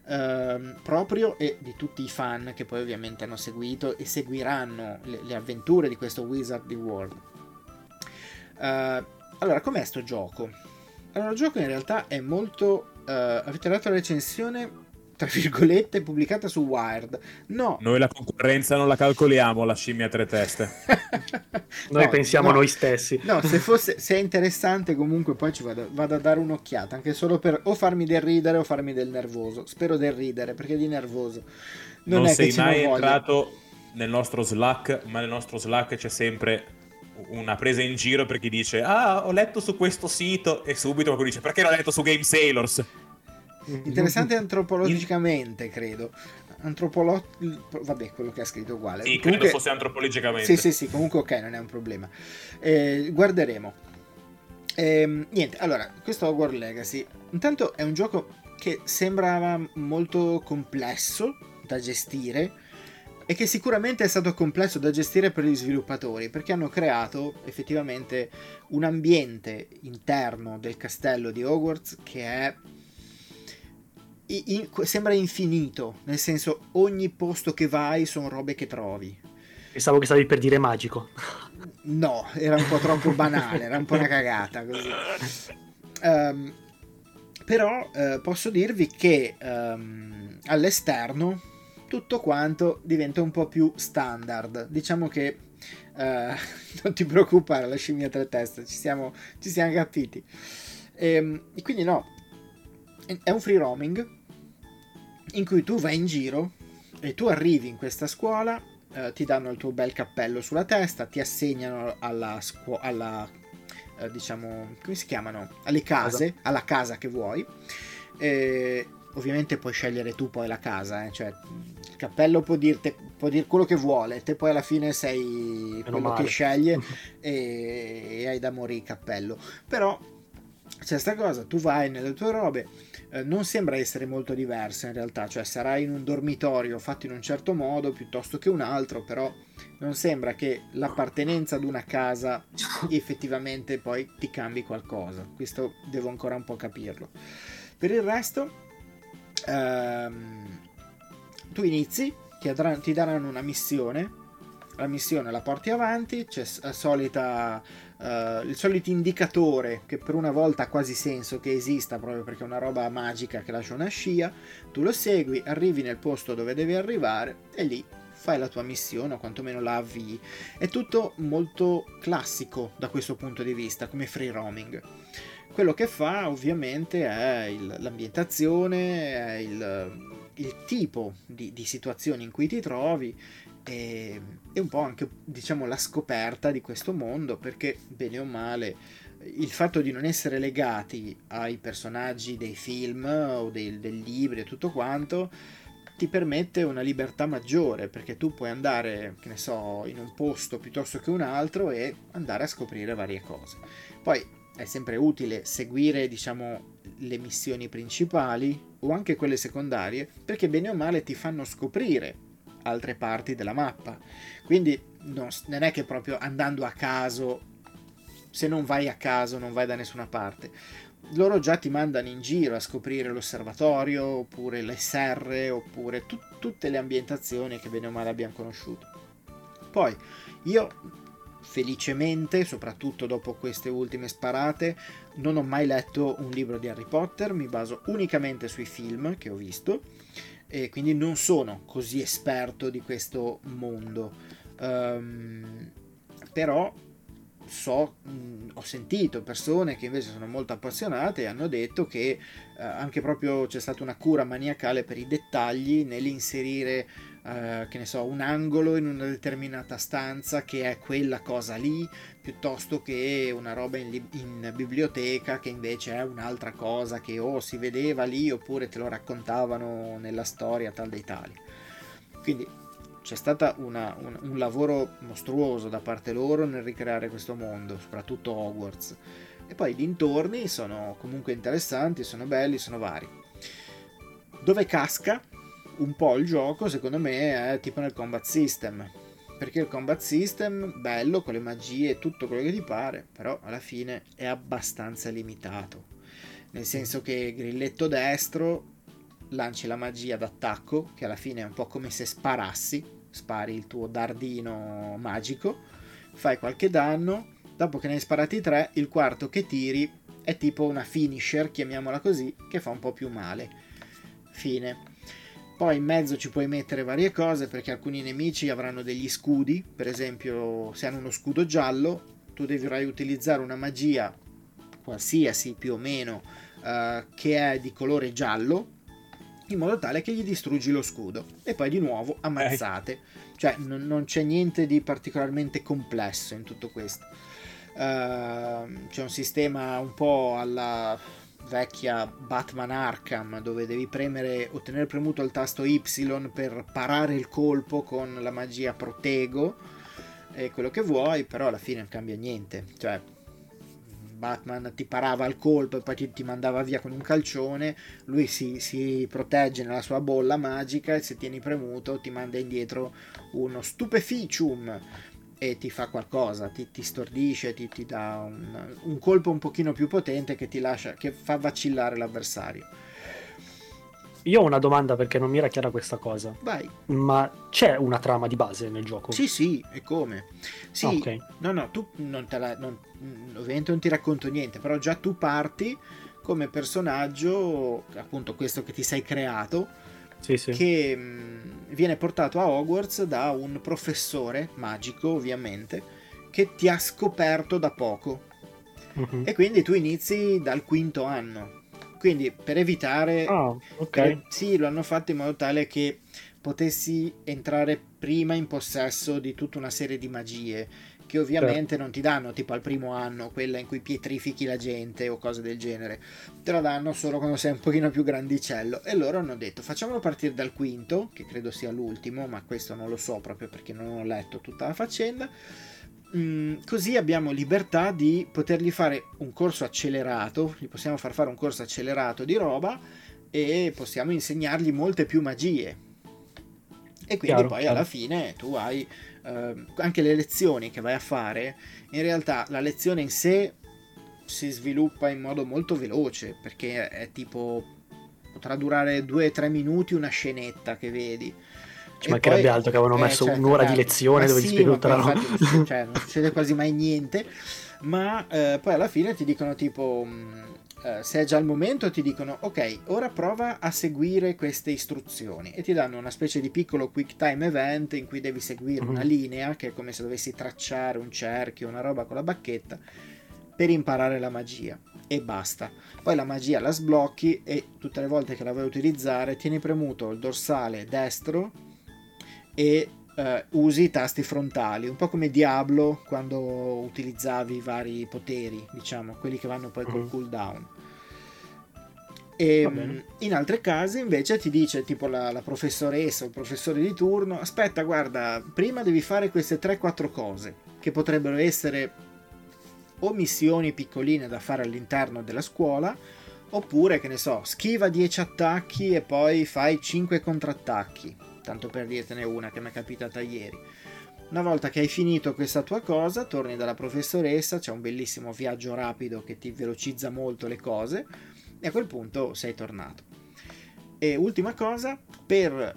e di tutti i fan che poi ovviamente hanno seguito e seguiranno le avventure di questo Wizarding World. Allora, com'è sto gioco? Allora, il gioco in realtà è molto... avete dato la recensione, tra virgolette, pubblicata su Wired. No. Noi la concorrenza non la calcoliamo, la scimmia a tre teste. Noi pensiamo noi stessi. No, se è interessante comunque poi ci vado a dare un'occhiata, anche solo per o farmi del ridere o farmi del nervoso. Spero del ridere, perché di nervoso non è sei che mai entrato nel nostro Slack, ma nel nostro Slack c'è sempre una presa in giro per chi dice ho letto su questo sito, e subito qualcuno dice perché l'ho letto su Game Sailors. Interessante antropologicamente, credo. Vabbè, quello che ha scritto uguale. Sì, credo fosse antropologicamente. Sì, comunque ok, non è un problema. Guarderemo. Niente, allora, questo Hogwarts Legacy intanto è un gioco che sembrava molto complesso da gestire e che sicuramente è stato complesso da gestire per gli sviluppatori, perché hanno creato effettivamente un ambiente interno del castello di Hogwarts che è sembra infinito, nel senso ogni posto che vai sono robe che trovi. Pensavo che stavi per dire magico. No, era un po' troppo banale, era un po' una cagata così. Però posso dirvi che all'esterno tutto quanto diventa un po' più standard. Diciamo che non ti preoccupare, la scimmia a tre teste, ci siamo capiti. E quindi no, è un free roaming in cui tu vai in giro e tu arrivi in questa scuola, ti danno il tuo bel cappello sulla testa, ti assegnano alla diciamo, come si chiamano? Alle case, alla casa che vuoi. Ovviamente puoi scegliere tu poi la casa, cioè il cappello può dire quello che vuole, te poi alla fine sei quello che sceglie e hai da morire il cappello. Però c'è sta cosa, tu vai nelle tue robe, non sembra essere molto diversa in realtà, cioè sarai in un dormitorio fatto in un certo modo piuttosto che un altro, però non sembra che l'appartenenza ad una casa effettivamente poi ti cambi qualcosa. Questo devo ancora un po' capirlo. Per il resto tu inizi, ti daranno una missione, la missione la porti avanti, c'è la solita il solito indicatore che per una volta ha quasi senso che esista, proprio perché è una roba magica che lascia una scia, tu lo segui, arrivi nel posto dove devi arrivare e lì fai la tua missione o quantomeno la avvii. È tutto molto classico da questo punto di vista, come free roaming. Quello che fa ovviamente è l'ambientazione, è il tipo di situazioni in cui ti trovi e un po' anche, diciamo, la scoperta di questo mondo, perché bene o male il fatto di non essere legati ai personaggi dei film o dei libri e tutto quanto ti permette una libertà maggiore, perché tu puoi andare, che ne so, in un posto piuttosto che un altro e andare a scoprire varie cose. Poi è sempre utile seguire, diciamo, le missioni principali o anche quelle secondarie, perché bene o male ti fanno scoprire altre parti della mappa. Quindi non è che proprio andando a caso, se non vai a caso non vai da nessuna parte. Loro già ti mandano in giro a scoprire l'osservatorio, oppure le serre, oppure tutte le ambientazioni che bene o male abbiamo conosciuto. Poi io felicemente, soprattutto dopo queste ultime sparate, non ho mai letto un libro di Harry Potter, mi baso unicamente sui film che ho visto e quindi non sono così esperto di questo mondo, però ho sentito persone che invece sono molto appassionate e hanno detto che anche proprio c'è stata una cura maniacale per i dettagli nell'inserire che ne so, un angolo in una determinata stanza che è quella cosa lì, piuttosto che una roba in biblioteca che invece è un'altra cosa che o si vedeva lì oppure te lo raccontavano nella storia tal dei tali. Quindi c'è stato un lavoro mostruoso da parte loro nel ricreare questo mondo, soprattutto Hogwarts, e poi i dintorni sono comunque interessanti, sono belli, sono vari. Dove casca un po' il gioco secondo me è tipo nel combat system, perché il combat system bello con le magie e tutto quello che ti pare, però alla fine è abbastanza limitato, nel senso che grilletto destro lanci la magia d'attacco, che alla fine è un po' come se spari il tuo dardino magico, fai qualche danno, dopo che ne hai sparati 3, il quarto che tiri è tipo una finisher, chiamiamola così, che fa un po' più male. Fine. Poi in mezzo ci puoi mettere varie cose, perché alcuni nemici avranno degli scudi, per esempio se hanno uno scudo giallo, tu dovrai utilizzare una magia qualsiasi più o meno che è di colore giallo, in modo tale che gli distruggi lo scudo e poi di nuovo ammazzate. Cioè non c'è niente di particolarmente complesso in tutto questo. C'è un sistema un po' alla vecchia Batman Arkham, dove devi tenere premuto il tasto Y per parare il colpo con la magia Protego e quello che vuoi, però alla fine non cambia niente. Cioè Batman ti parava il colpo e poi ti mandava via con un calcione, lui si protegge nella sua bolla magica e se tieni premuto ti manda indietro uno stupeficium e ti fa qualcosa, ti stordisce, ti dà un colpo un pochino più potente che che fa vacillare l'avversario. Io ho una domanda, perché non mi era chiara questa cosa. Vai. Ma c'è una trama di base nel gioco? Sì, e come? Sì, okay. No, tu ovviamente non ti racconto niente, però già tu parti come personaggio, appunto questo che ti sei creato, sì. che viene portato a Hogwarts da un professore magico, ovviamente, che ti ha scoperto da poco. Uh-huh. E quindi tu inizi dal 5º anno. Quindi per evitare sì, lo hanno fatto in modo tale che potessi entrare prima in possesso di tutta una serie di magie che ovviamente non ti danno tipo al primo anno, quella in cui pietrifichi la gente o cose del genere, te la danno solo quando sei un pochino più grandicello, e loro hanno detto facciamolo partire dal 5º, che credo sia l'ultimo, ma questo non lo so proprio perché non ho letto tutta la faccenda. Così abbiamo libertà di potergli fare un corso accelerato, gli possiamo far fare un corso accelerato di roba e possiamo insegnargli molte più magie, e quindi poi alla fine tu hai anche le lezioni che vai a fare, in realtà la lezione in sé si sviluppa in modo molto veloce, perché è tipo, potrà durare 2-3 minuti una scenetta che vedi. Ci mancherebbe altro che avevano messo un'ora di lezione dove ti spiego tutta la roba. Cioè, non succede quasi mai niente. ma poi alla fine ti dicono tipo se è già il momento ti dicono ok, ora prova a seguire queste istruzioni e ti danno una specie di piccolo quick time event in cui devi seguire una linea che è come se dovessi tracciare un cerchio, una roba con la bacchetta per imparare la magia e basta. Poi la magia la sblocchi e tutte le volte che la vuoi utilizzare tieni premuto il dorsale destro e usi i tasti frontali, un po' come Diablo quando utilizzavi i vari poteri, diciamo, quelli che vanno poi col cooldown. E in altri casi invece ti dice tipo la professoressa o il professore di turno: aspetta, guarda, prima devi fare queste 3-4 cose che potrebbero essere o missioni piccoline da fare all'interno della scuola, oppure, che ne so, schiva 10 attacchi e poi fai 5 contrattacchi, tanto per dirtene una che mi è capitata ieri. Una volta che hai finito questa tua cosa, torni dalla professoressa, c'è un bellissimo viaggio rapido che ti velocizza molto le cose e a quel punto sei tornato. E ultima cosa, per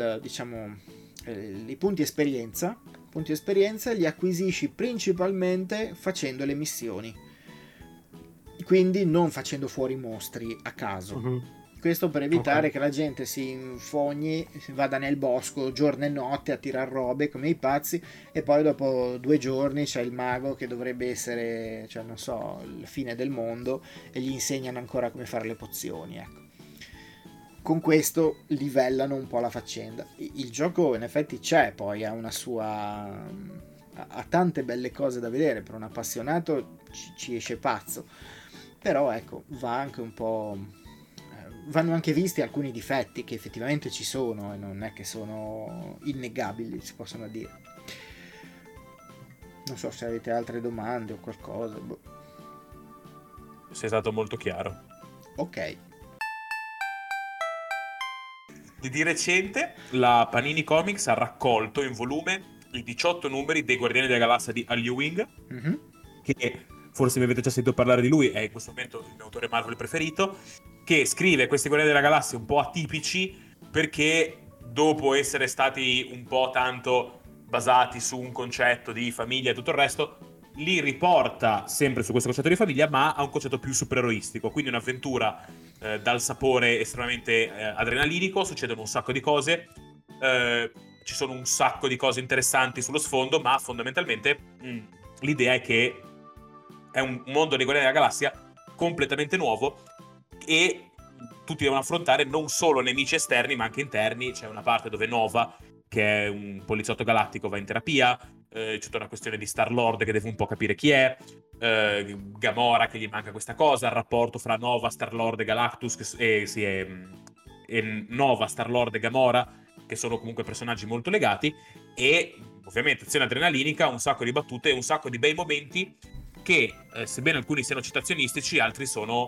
i punti esperienza li acquisisci principalmente facendo le missioni, quindi non facendo fuori mostri a caso. Questo per evitare che la gente si infogni, vada nel bosco giorno e notte a tirar robe come i pazzi e poi dopo 2 giorni c'è il mago che dovrebbe essere, cioè non so, la fine del mondo e gli insegnano ancora come fare le pozioni, ecco. Con questo livellano un po' la faccenda. Il gioco in effetti c'è, poi ha una sua... ha tante belle cose da vedere, per un appassionato ci esce pazzo, però ecco, va anche un po'... vanno anche visti alcuni difetti che effettivamente ci sono e non è che sono innegabili, si possono dire. Non so se avete altre domande o qualcosa. Sei stato molto chiaro. Ok. Di recente la Panini Comics ha raccolto in volume i 18 numeri dei Guardiani della Galassia di Al Ewing, che forse mi avete già sentito parlare di lui, è in questo momento il mio autore Marvel preferito, che scrive questi Guardiani della Galassia un po' atipici perché dopo essere stati un po' tanto basati su un concetto di famiglia e tutto il resto, li riporta sempre su questo concetto di famiglia, ma a un concetto più supereroistico, quindi un'avventura dal sapore estremamente adrenalinico, succedono un sacco di cose, ci sono un sacco di cose interessanti sullo sfondo, ma fondamentalmente l'idea è che è un mondo dei Guardiani della Galassia completamente nuovo e tutti devono affrontare non solo nemici esterni ma anche interni. C'è una parte dove Nova, che è un poliziotto galattico, va in terapia, c'è tutta una questione di Star-Lord che deve un po' capire chi è, Gamora che gli manca questa cosa, il rapporto fra Nova, Star-Lord e Galactus e Nova, Star-Lord e Gamora, che sono comunque personaggi molto legati, e ovviamente azione adrenalinica, un sacco di battute e un sacco di bei momenti che, sebbene alcuni siano citazionistici, altri sono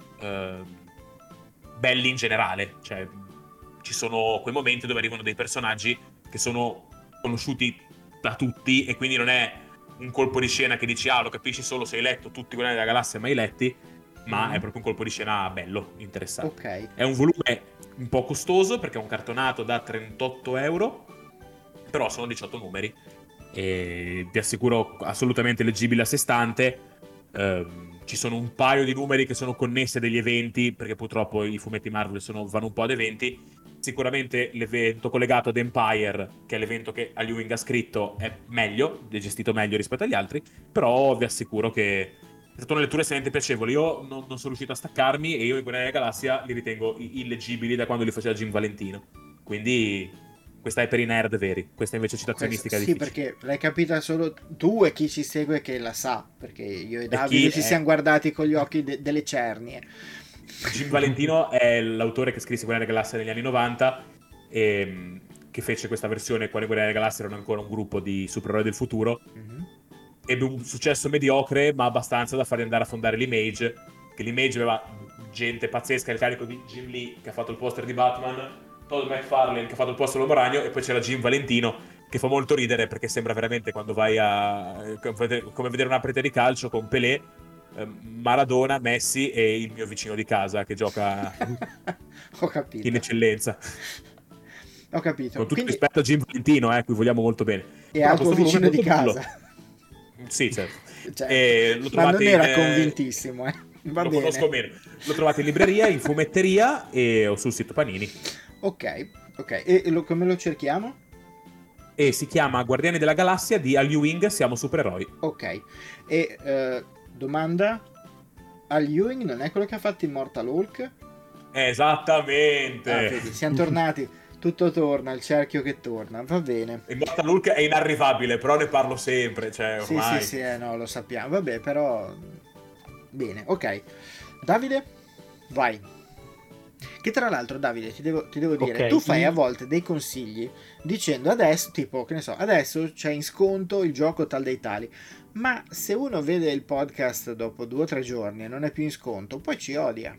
belli in generale. Cioè, ci sono quei momenti dove arrivano dei personaggi che sono conosciuti da tutti e quindi non è un colpo di scena che dici lo capisci solo se hai letto tutti quelli della galassia mai letti, ma è proprio un colpo di scena bello, interessante. Okay. È un volume un po' costoso perché è un cartonato da 38 euro, però sono 18 numeri e vi assicuro assolutamente leggibile a sé stante. Ci sono un paio di numeri che sono connessi a degli eventi, perché purtroppo i fumetti Marvel vanno un po' ad eventi. Sicuramente l'evento collegato ad Empire, che è l'evento che Al Ewing ha scritto, è meglio, è gestito meglio rispetto agli altri, però vi assicuro che è stata una lettura estremamente piacevole. Io non sono riuscito a staccarmi e io i Guardiani della Galassia li ritengo illeggibili da quando li faceva Jim Valentino. Quindi questa è per i nerd veri, questa invece è citazionistica. Sì, perché l'hai capita solo tu e chi ci segue che la sa, perché io e Davide ci siamo guardati con gli occhi delle cernie. Jim Valentino è l'autore che scrisse Guardiani della Galassia negli anni 90 e che fece questa versione quando i Guardiani della Galassia erano ancora un gruppo di supereroi del futuro. Ebbe un successo mediocre, ma abbastanza da farli andare a fondare l'Image, che l'Image aveva gente pazzesca, il carico di Jim Lee, che ha fatto il poster di Batman, Todd McFarlane, che ha fatto il poster dell'Uomo Ragno, e poi c'era Jim Valentino, che fa molto ridere perché sembra veramente quando vai come vedere una partita di calcio con Pelé, Maradona, Messi e il mio vicino di casa che gioca Ho capito. In eccellenza. Ho capito. Con tutto rispetto a Jim Valentino, cui vogliamo molto bene. E al tuo vicino di casa. Sì, certo. Certo. Lo Ma non trovate era convintissimo, Va lo bene. conosco meno. Lo trovate in libreria, in fumetteria o sul sito Panini. Ok. E come lo cerchiamo? E si chiama Guardiani della Galassia di Al Ewing, siamo supereroi. Ok. E domanda: Al Ewing non è quello che ha fatto Immortal Hulk? Esattamente. Vedi, siamo tornati. Tutto torna, il cerchio che torna, va bene. Immortal Hulk è inarrivabile, però ne parlo sempre, cioè ormai. Sì, no, lo sappiamo. Vabbè, però bene, ok. Davide, vai. Che tra l'altro, Davide, ti devo dire, Ok, tu fai a volte dei consigli dicendo adesso, tipo, che ne so, adesso c'è in sconto il gioco tal dei tali. Ma se uno vede il podcast dopo 2 o 3 giorni e non è più in sconto, poi ci odia.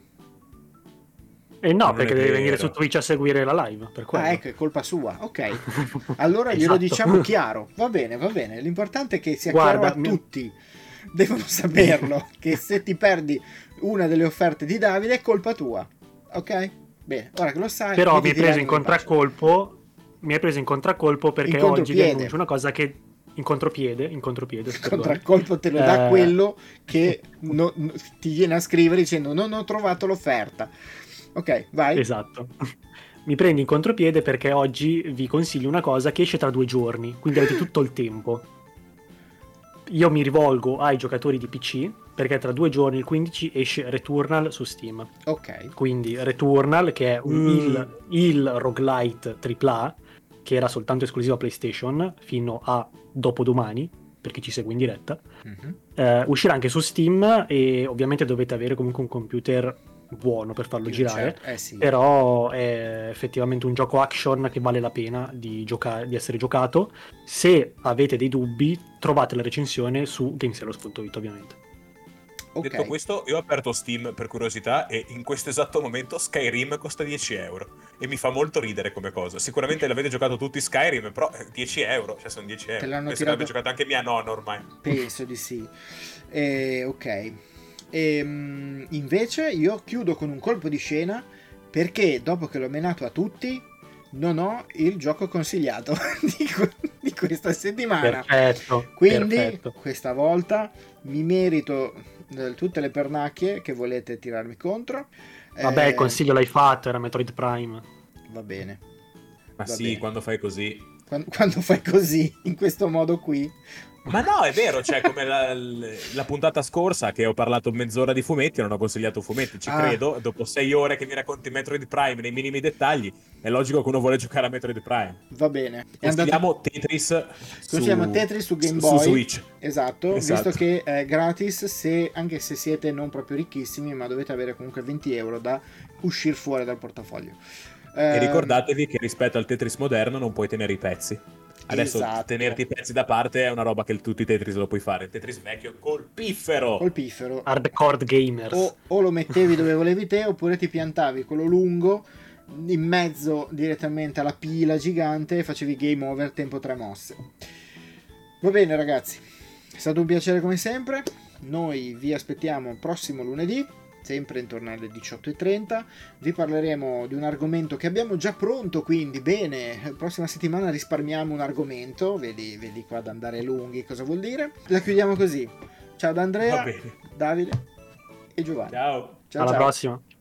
E no, Non perché è deve vero. venire su Twitch a seguire la live, per quello. Ah, ecco, è colpa sua. Ok. Allora glielo Esatto. diciamo chiaro. Va bene. L'importante è che sia Guarda, chiaro a tutti. Devono saperlo che se ti perdi una delle offerte di Davide è colpa tua. Ok? Bene, ora che lo sai. Però mi mettiti hai preso in l'anima pace. contraccolpo perché In oggi vi contropiede. annuncio una cosa che in contropiede, Il perdona. contraccolpo te lo dà quello che ti viene a scrivere dicendo non ho trovato l'offerta. Ok, vai. Esatto. Mi prendi in contropiede perché oggi vi consiglio una cosa che esce tra 2 giorni, quindi avete tutto il tempo. Io mi rivolgo ai giocatori di PC perché tra 2 giorni, il 15, esce Returnal su Steam. Ok. Quindi Returnal, che è il roguelite AAA, che era soltanto esclusiva PlayStation fino a dopodomani, per chi ci segue in diretta. Uscirà anche su Steam e ovviamente dovete avere comunque un computer buono per farlo girare, certo. Sì. però è effettivamente un gioco action che vale la pena di essere giocato. Se avete dei dubbi, trovate la recensione su gamesellos.it, ovviamente. Ok. Detto questo, io ho aperto Steam per curiosità e in questo esatto momento Skyrim costa 10 euro e mi fa molto ridere come cosa. Sicuramente l'avete giocato tutti Skyrim, però 10 euro, cioè sono 10 euro. Te l'hanno Penso che l'abbia giocato anche mia nonna ormai. Penso di sì. Ok. Invece io chiudo con un colpo di scena perché dopo che l'ho menato a tutti non ho il gioco consigliato di questa settimana. Perfetto. Quindi perfetto. questa volta mi merito tutte le pernacchie che volete tirarmi contro. Vabbè, il consiglio l'hai fatto, era Metroid Prime. Va bene. Ma Va sì, bene. quando fai così. Quando fai così, in questo modo qui. Ma no, è vero, cioè come la puntata scorsa che ho parlato mezz'ora di fumetti, non ho consigliato fumetti, ci credo, dopo 6 ore che mi racconti Metroid Prime nei minimi dettagli, è logico che uno vuole giocare a Metroid Prime. Va bene. Consigliamo Tetris su Game Boy. Su Switch. Esatto, visto che è gratis, anche se siete non proprio ricchissimi, ma dovete avere comunque 20 euro da uscire fuori dal portafoglio. E ricordatevi che rispetto al Tetris moderno non puoi tenere i pezzi. Adesso tenerti i pezzi da parte è una roba che tutti i Tetris lo puoi fare. Il Tetris vecchio colpifero. Hardcore gamers. O lo mettevi dove volevi te, oppure ti piantavi quello lungo in mezzo direttamente alla pila gigante e facevi game over tempo 3 mosse. Va bene ragazzi, è stato un piacere come sempre. Noi vi aspettiamo prossimo lunedì, sempre intorno alle 18:30. Vi parleremo di un argomento che abbiamo già pronto, quindi bene, prossima settimana risparmiamo un argomento, vedi qua ad andare lunghi cosa vuol dire. La chiudiamo così. Ciao da Andrea, Davide e Giovanni. Ciao. Alla prossima.